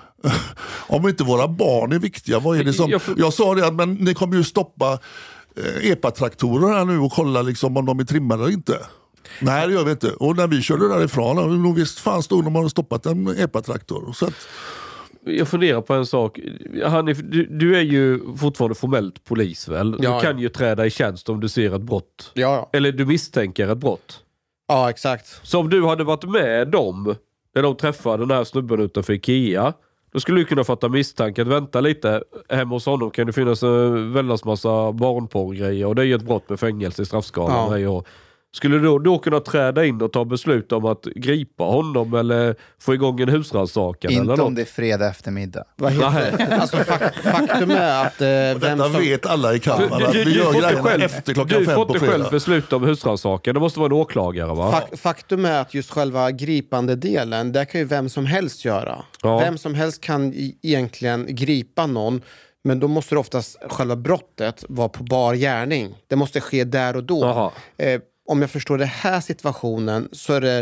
om inte våra barn är viktiga, vad är det som... Jag sa det att men ni kommer ju stoppa EPA-traktorer här nu och kolla liksom om de är trimmade eller inte. Nej, det gör vi inte. Och när vi körde därifrån, nog visst fan stod de och stoppat en EPA-traktor. Så att... Jag funderar på en sak. Hanif, du är ju fortfarande formellt polis väl? Du kan ju träda i tjänst om du ser ett brott. Ja. Eller du misstänker ett brott. Ja, exakt. Så om du hade varit med dem när de träffade den här snubben utanför Ikea, då skulle du kunna fatta misstanke att vänta lite, hemma hos honom kan det finnas en väldigt massa barnporrgrejer och det är ju ett brott med fängelse i straffskalan. Ja. Skulle du då kunna träda in och ta beslut om att gripa honom eller få igång en husrannsakan? Inte eller om det är fredag eftermiddag. Alltså, faktum är att... detta vet alla i Kalmar. Vi gör grejerna efter 5:00 på fredag. Du får inte själv besluta om husrannsakan. Det måste vara en åklagare, va? Faktum är att just själva gripande delen, där kan ju vem som helst göra. Ja. Vem som helst kan egentligen gripa någon. Men då måste det oftast själva brottet vara på bar gärning. Det måste ske där och då. Om jag förstår den här situationen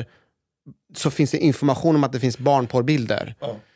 så finns det information om att det finns barnporrbilder.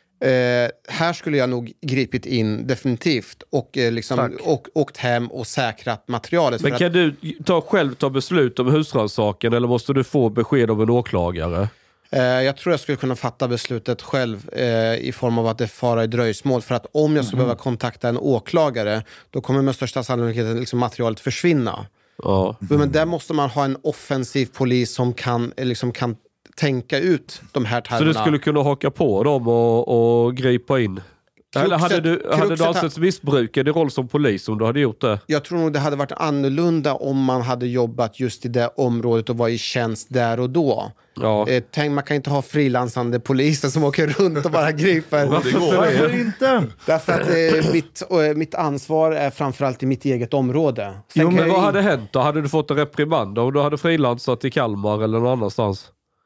Här skulle jag nog gripit in definitivt och åkt hem och säkrat materialet. Men kan du själv ta beslut om husrannsakan eller måste du få besked av en åklagare? Jag tror jag skulle kunna fatta beslutet själv i form av att det fara i dröjsmål. För att om jag skulle behöva kontakta en åklagare, då kommer med största sannolikhet liksom materialet försvinna. Ja. Men där måste man ha en offensiv polis som kan tänka ut de här termerna. Så du skulle kunna haka på dem och gripa in? Eller hade du ansett missbrukad i roll som polis om du hade gjort det? Jag tror nog det hade varit annorlunda om man hade jobbat just i det området och var i tjänst där och då. Ja. Man kan inte ha frilansande poliser som åker runt och bara griper. Varför inte? Därför att mitt ansvar är framförallt i mitt eget område. Men vad hade hänt då? Hade du fått en reprimand om du hade frilansat i Kalmar eller någon annanstans?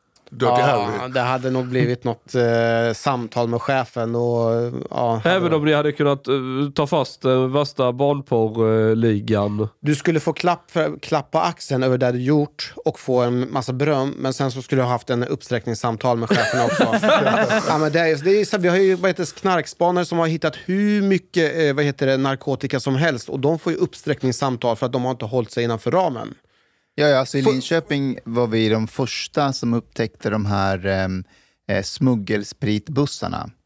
Det hade nog blivit något samtal med chefen och även om ni hade kunnat ta fast värsta barnporrligan. Du skulle få klapp på axeln över det du gjort och få en massa beröm, men sen så skulle du ha haft en uppsträckningssamtal med chefen också. Men det är så, vi har ju knarkspanare som har hittat hur mycket narkotika som helst och de får ju uppsträckningssamtal för att de har inte hållit sig innanför ramen. Ja, alltså i Linköping var vi de första som upptäckte de här smuggelspritbussarna.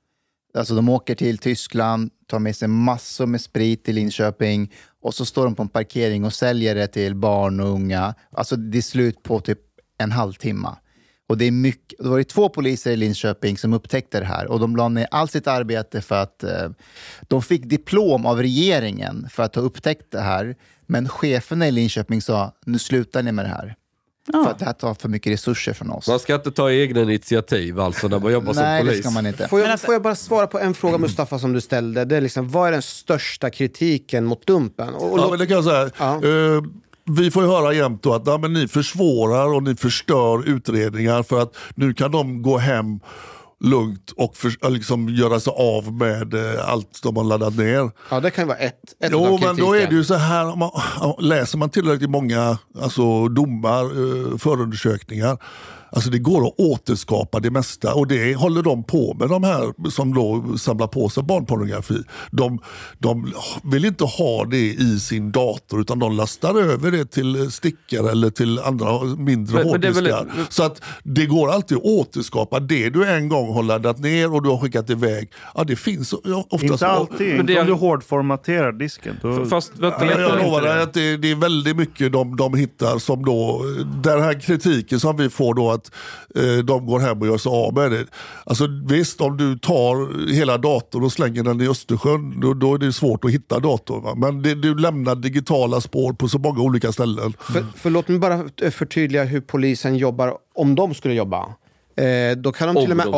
Alltså de åker till Tyskland, tar med sig massor med sprit till Linköping och så står de på en parkering och säljer det till barn och unga. Alltså det är slut på typ en halvtimme. Och det är mycket, det var ju 2 poliser i Linköping som upptäckte det här. Och de la ner allt sitt arbete för att de fick diplom av regeringen för att ha upptäckt det här. Men cheferna i Linköping sa, nu slutar ni med det här. Ja. För att det här tar för mycket resurser från oss. Man ska inte ta egna initiativ alltså när man jobbar som polis. Nej, det ska man inte. Får jag bara svara på en fråga, Mustafa, som du ställde? Det är liksom, vad är den största kritiken mot Dumpen? Men det kan jag säga. Ja. Vi får ju höra jämt då att men ni försvårar och ni förstör utredningar för att nu kan de gå hem lugnt och liksom göra sig av med allt de har laddat ner. Ja, det kan ju vara ett Jo, men då är det ju så här, läser man tillräckligt många domar, förundersökningar, alltså det går att återskapa det mesta och det håller de på med, de här som då samlar på sig barnpornografi. De vill inte ha det i sin dator utan de lastar över det till stickare eller till andra mindre hårddiskar. Så att det går alltid att återskapa det du en gång har laddat ner och du har skickat iväg. Ja, det finns oftast. Inte alltid, men om du hårdformaterar disken. Då... Fast, jag lovar dig att det är väldigt mycket de hittar som då, den här kritiken som vi får då att de går hem och gör sig av med det. Alltså visst, om du tar hela datorn och slänger den i Östersjön, då är det svårt att hitta datorn. Va? Men du lämnar digitala spår på så många olika ställen. Förlåt mig bara förtydliga hur polisen jobbar om de skulle jobba. Då kan de till och med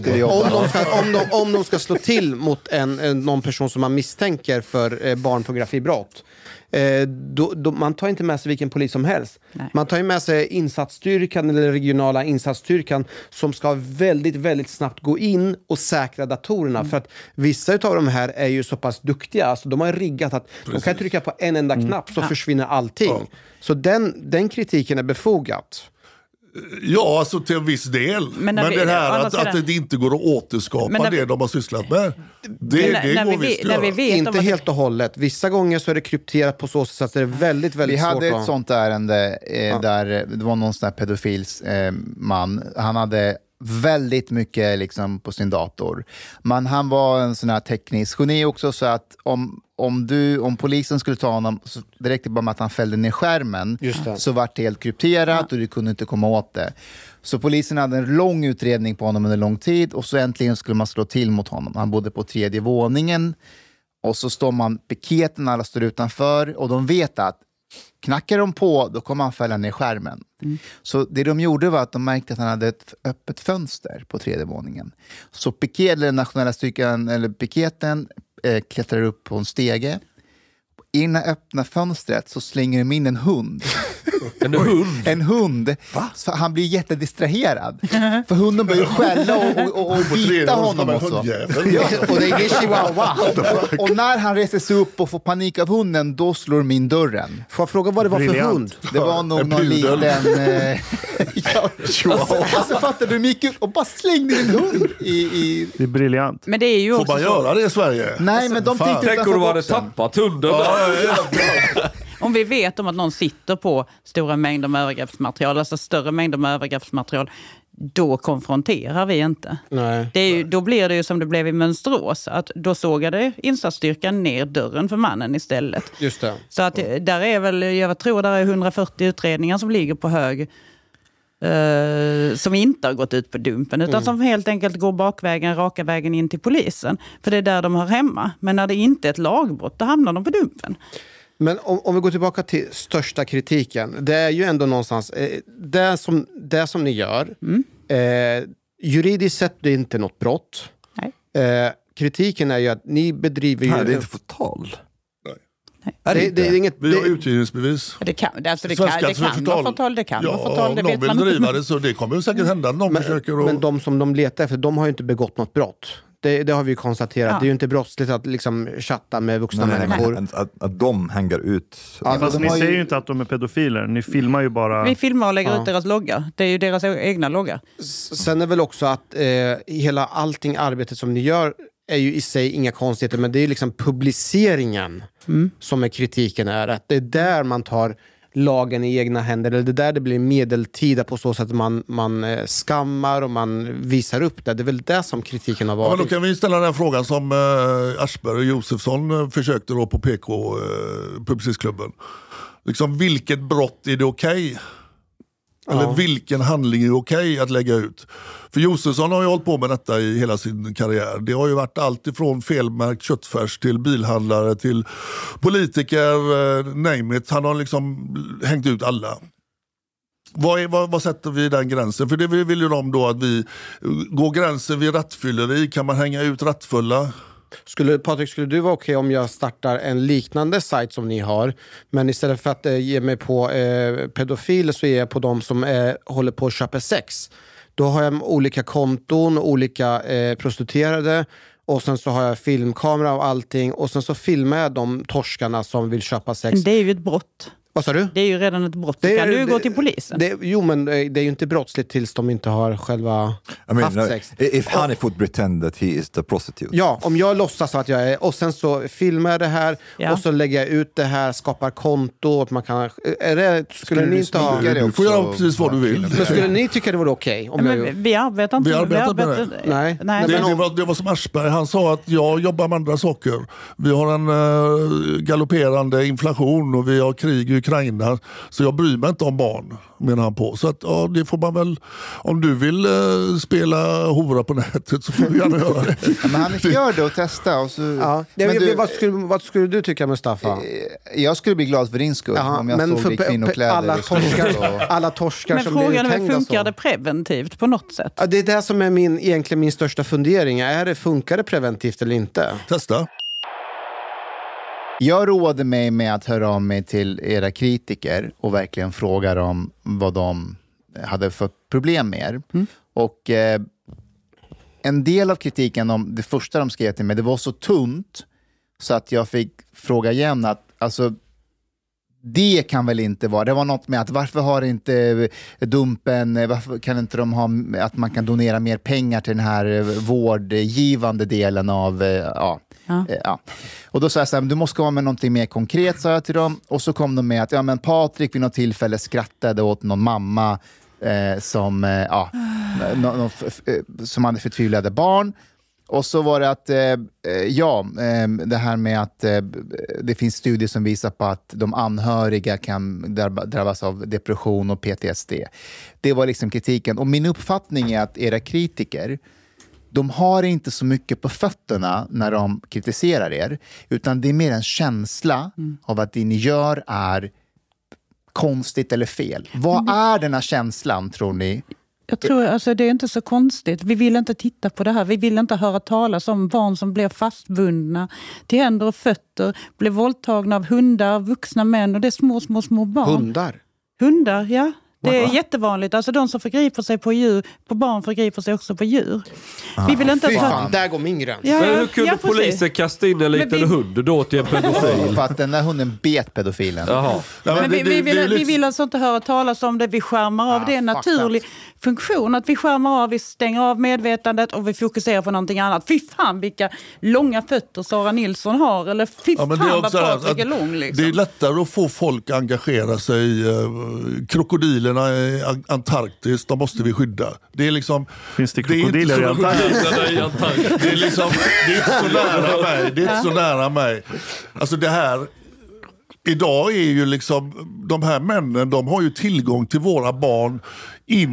om de ska slå till mot någon person som man misstänker för barnpornografibrott. Man tar inte med sig vilken polis som helst. Nej. Man tar ju med sig insatsstyrkan eller regionala insatsstyrkan som ska väldigt, väldigt snabbt gå in och säkra datorerna. För att vissa av de här är ju så pass duktiga. Alltså de har riggat att de kan trycka på en enda knapp så försvinner allting. Ja. Så den kritiken är befogat. Ja, alltså till en viss del. Men det här att det inte går att återskapa det de har sysslat med. Det går visst att göra. Inte helt och hållet. Vissa gånger så är det krypterat på så sätt att det är väldigt, väldigt svårt. Vi hade ett sånt ärende där det var någon sån här pedofils man. Han hade väldigt mycket liksom på sin dator. Men han var en sån här teknisk geni också, så att om polisen skulle ta honom så direkt bara med att han fällde ner skärmen så var det helt krypterat och du kunde inte komma åt det. Så polisen hade en lång utredning på honom under lång tid och så äntligen skulle man slå till mot honom. Han bodde på 3:e våningen och så står man piketen, alla står utanför och de vet att knackar de på, då kommer han fälla ner skärmen. Så det de gjorde var att de märkte att han hade ett öppet fönster på 3:e våningen. Så den nationella styrkan, eller piketen, klättrar upp på en stege. Innan öppna fönstret så slänger de in en hund. En hund. Så han blir jättedistraherad. För hunden börjar skälla och bita honom också. Och det är chihuahua. Och när han reser sig upp och får panik av hunden, då slår min dörren. Får jag fråga vad det var för hund? Det var nog någon liten... Alltså fattar du, gick ut och bara slängde en hund i... Det är briljant. Men det är ju får man göra det i Sverige? Nej, men de tänkte tänk om du hade tappat hunden. Om vi vet om att någon sitter på stora mängder med övergreppsmaterial, alltså större mängder med övergreppsmaterial, då konfronterar vi inte. Nej. Då blir det ju som det blev i Mönsterås, att då sågade insatsstyrkan ner dörren för mannen istället. Just det. Så att där är väl, jag tror där är 140 utredningar som ligger på hög som inte har gått ut på Dumpen utan som helt enkelt går bakvägen, raka vägen in till polisen. För det är där de hör hemma. Men när det inte är ett lagbrott, då hamnar de på Dumpen. Men om vi går tillbaka till största kritiken, det är ju ändå någonstans det som ni gör, juridiskt sett det är inte något brott. Nej. Kritiken är ju att ni bedriver ju... Nej, det är inte förtal. Det är inget... Vi har utgivningsbevis. Det kan vara förtal, det kan vara förtal. Det vet man vill driva det så det kommer säkert hända. Men de som de letar efter, de har ju inte begått något brott. Det har vi konstaterat. Ja. Det är ju inte brottsligt att liksom chatta med vuxna människor. Att de hänger ut. Alltså, ni säger ju inte att de är pedofiler. Ni filmar ju bara... Vi filmar och lägger ut deras loggar. Det är ju deras egna loggar. Sen är väl också att hela allting arbetet som ni gör är ju i sig inga konstigheter. Men det är liksom publiceringen som är kritiken är. Att det är där man tar lagen i egna händer, eller det där det blir medeltida på så sätt att man skammar och man visar upp det. Det är väl det som kritiken har varit. Ja, men då kan vi ställa den frågan som Aschberg och Josefsson försökte då på PK, Publicistklubben. Liksom, vilket brott är det okej? Eller vilken handling är okej att lägga ut? För Josefsson har ju hållit på med detta i hela sin karriär. Det har ju varit allt ifrån felmärkt köttfärs till bilhandlare till politiker, name it. Han har liksom hängt ut alla. Vad sätter vi den gränsen? För det vill ju de då att vi går gränsen vid rattfylleri. Kan man hänga ut rattfulla? Patrik, skulle du vara okej om jag startar en liknande sajt som ni har, men istället för att ge mig på pedofiler så är jag på de som håller på att köpa sex. Då har jag olika konton, olika prostituerade, och sen så har jag filmkamera och allting, och sen så filmar jag de torskarna som vill köpa sex. Men det är ju ett brott. Vad sa du? Det är ju redan ett brott. Kan du gå till polisen? Jo, men det är ju inte brottsligt tills de inte har själva haft sex. If Hanif would pretend that he is the prostitute. Ja, om jag låtsas att jag är, och sen så filmar jag det här, och så lägger jag ut det här, skapar konto, att man kan... Skulle ni inte ha... Du får göra precis vad du vill. Men skulle ni tycka det var okej? Vi arbetar inte med det. Nej. Det var som Aschberg, han sa att jag jobbar med andra saker. Vi har en galopperande inflation och vi har krig i Ukraina, så jag bryr mig inte om barn, menar han på. Så att det får man väl, om du vill spela hora på nätet så får du gärna göra det. Men han gör det och testa. Och så... Vad skulle du tycka, Mustafa? Jag skulle bli glad för din skull om jag såg dig kvinnokläder. Alla torskar men som frågan är, funkar det preventivt på något sätt? Ja, det är det som är egentligen min största fundering. Funkar det preventivt eller inte? Testa. Jag roade mig med att höra av mig till era kritiker och verkligen fråga dem vad de hade för problem med er. Och en del av kritiken om det första de skrev till mig, det var så tunt så att jag fick fråga igen att alltså, det kan väl inte vara. Det var något med att varför har inte Dumpen, varför kan inte de ha att man kan donera mer pengar till den här vårdgivande delen av Och då sa jag så här, du måste komma med någonting mer konkret, sa jag till dem. Och så kom de med att men Patrik vid något tillfälle skrattade åt någon mamma som hade förtvivlade barn. Och så var det att det här med att det finns studier som visar på att de anhöriga kan drabbas av depression och PTSD. Det var liksom kritiken. Och min uppfattning är att era kritiker, de har inte så mycket på fötterna när de kritiserar er, utan det är mer en känsla av att det ni gör är konstigt eller fel. Vad är den här känslan, tror ni? Jag tror alltså det är inte så konstigt. Vi vill inte titta på det här. Vi vill inte höra talas om barn som blir fastbundna till händer och fötter, blir våldtagna av hundar, vuxna män, och det är små barn. Hundar, ja. Det är jättevanligt. Alltså de som förgriper sig på barn förgriper sig också på djur. Vi vill inte där går min gräns. Men hur kunde polisen kasta in en liten hund då till en pedofil? För att den där hunden bet pedofilen. Men vi vill alltså inte höra talas om det. Vi skärmar av det. En naturlig funktion att vi skärmar av, vi stänger av medvetandet och vi fokuserar på någonting annat. Fy fan vilka långa fötter Sara Nilsson har. Eller fy fan vad Patrik är lång. Liksom. Det är lättare att få folk att engagera sig i krokodilerna i Antarktis, de måste vi skydda. Det är liksom, finns det krokodiler i Antarktis? Det är liksom, det är inte så nära mig. Det är inte så nära mig. Alltså det här idag är ju liksom, de här männen, de har ju tillgång till våra barn in.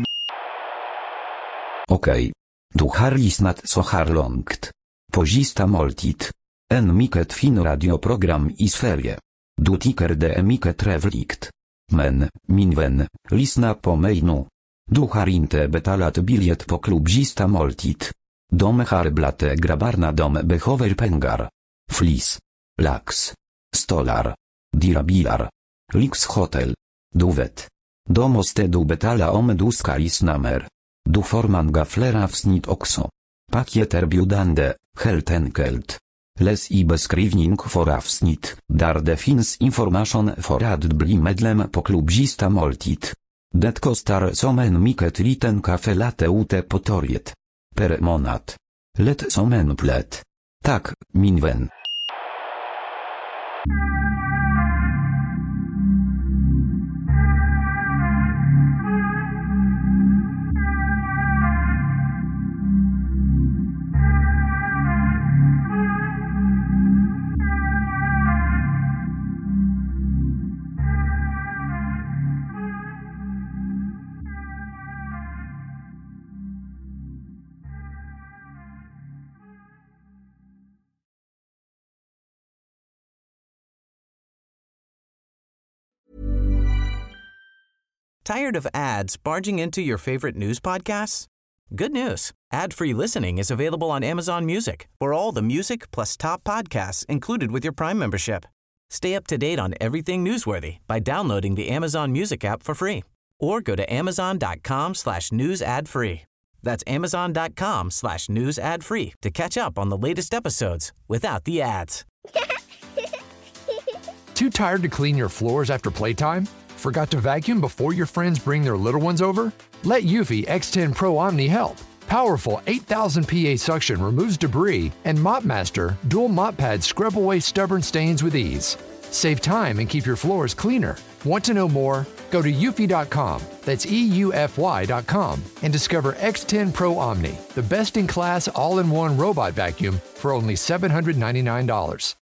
Okej. Du har lyssnat så här långt. På Sista måltid. En mycket fin radioprogram i Sverige. Du tycker det är mycket trevligt. Men, min vän, lyssna på mig nu. Du har inte betalat biljett på klubb Sista måltid. De har blate grabbarna de behöver pengar. Flis. Lax. Stolar. Dirabilar. Lyxhotel. Du vet. Då måste du betala om du ska lyssna mer. Du får många fler avsnitt också. Paket erbjudande, helt enkelt. Läs i beskrivning för avsnitt, där det finns information för att bli medlem på klubb Sista måltid. Det kostar som en mycket liten kaffe latte ute på torget. Per månad. Lätt som en plätt. Tack, min vän. Tired of ads barging into your favorite news podcasts? Good news. Ad-free listening is available on Amazon Music for all the music plus top podcasts included with your Prime membership. Stay up to date on everything newsworthy by downloading the Amazon Music app for free or go to amazon.com/news ad free. That's amazon.com/news ad free to catch up on the latest episodes without the ads. Too tired to clean your floors after playtime? Forgot to vacuum before your friends bring their little ones over? Let Eufy X10 Pro Omni help. Powerful 8,000 PA suction removes debris, and MopMaster dual mop pads scrub away stubborn stains with ease. Save time and keep your floors cleaner. Want to know more? Go to eufy.com, that's EUFY.com, and discover X10 Pro Omni, the best-in-class all-in-one robot vacuum for only $799.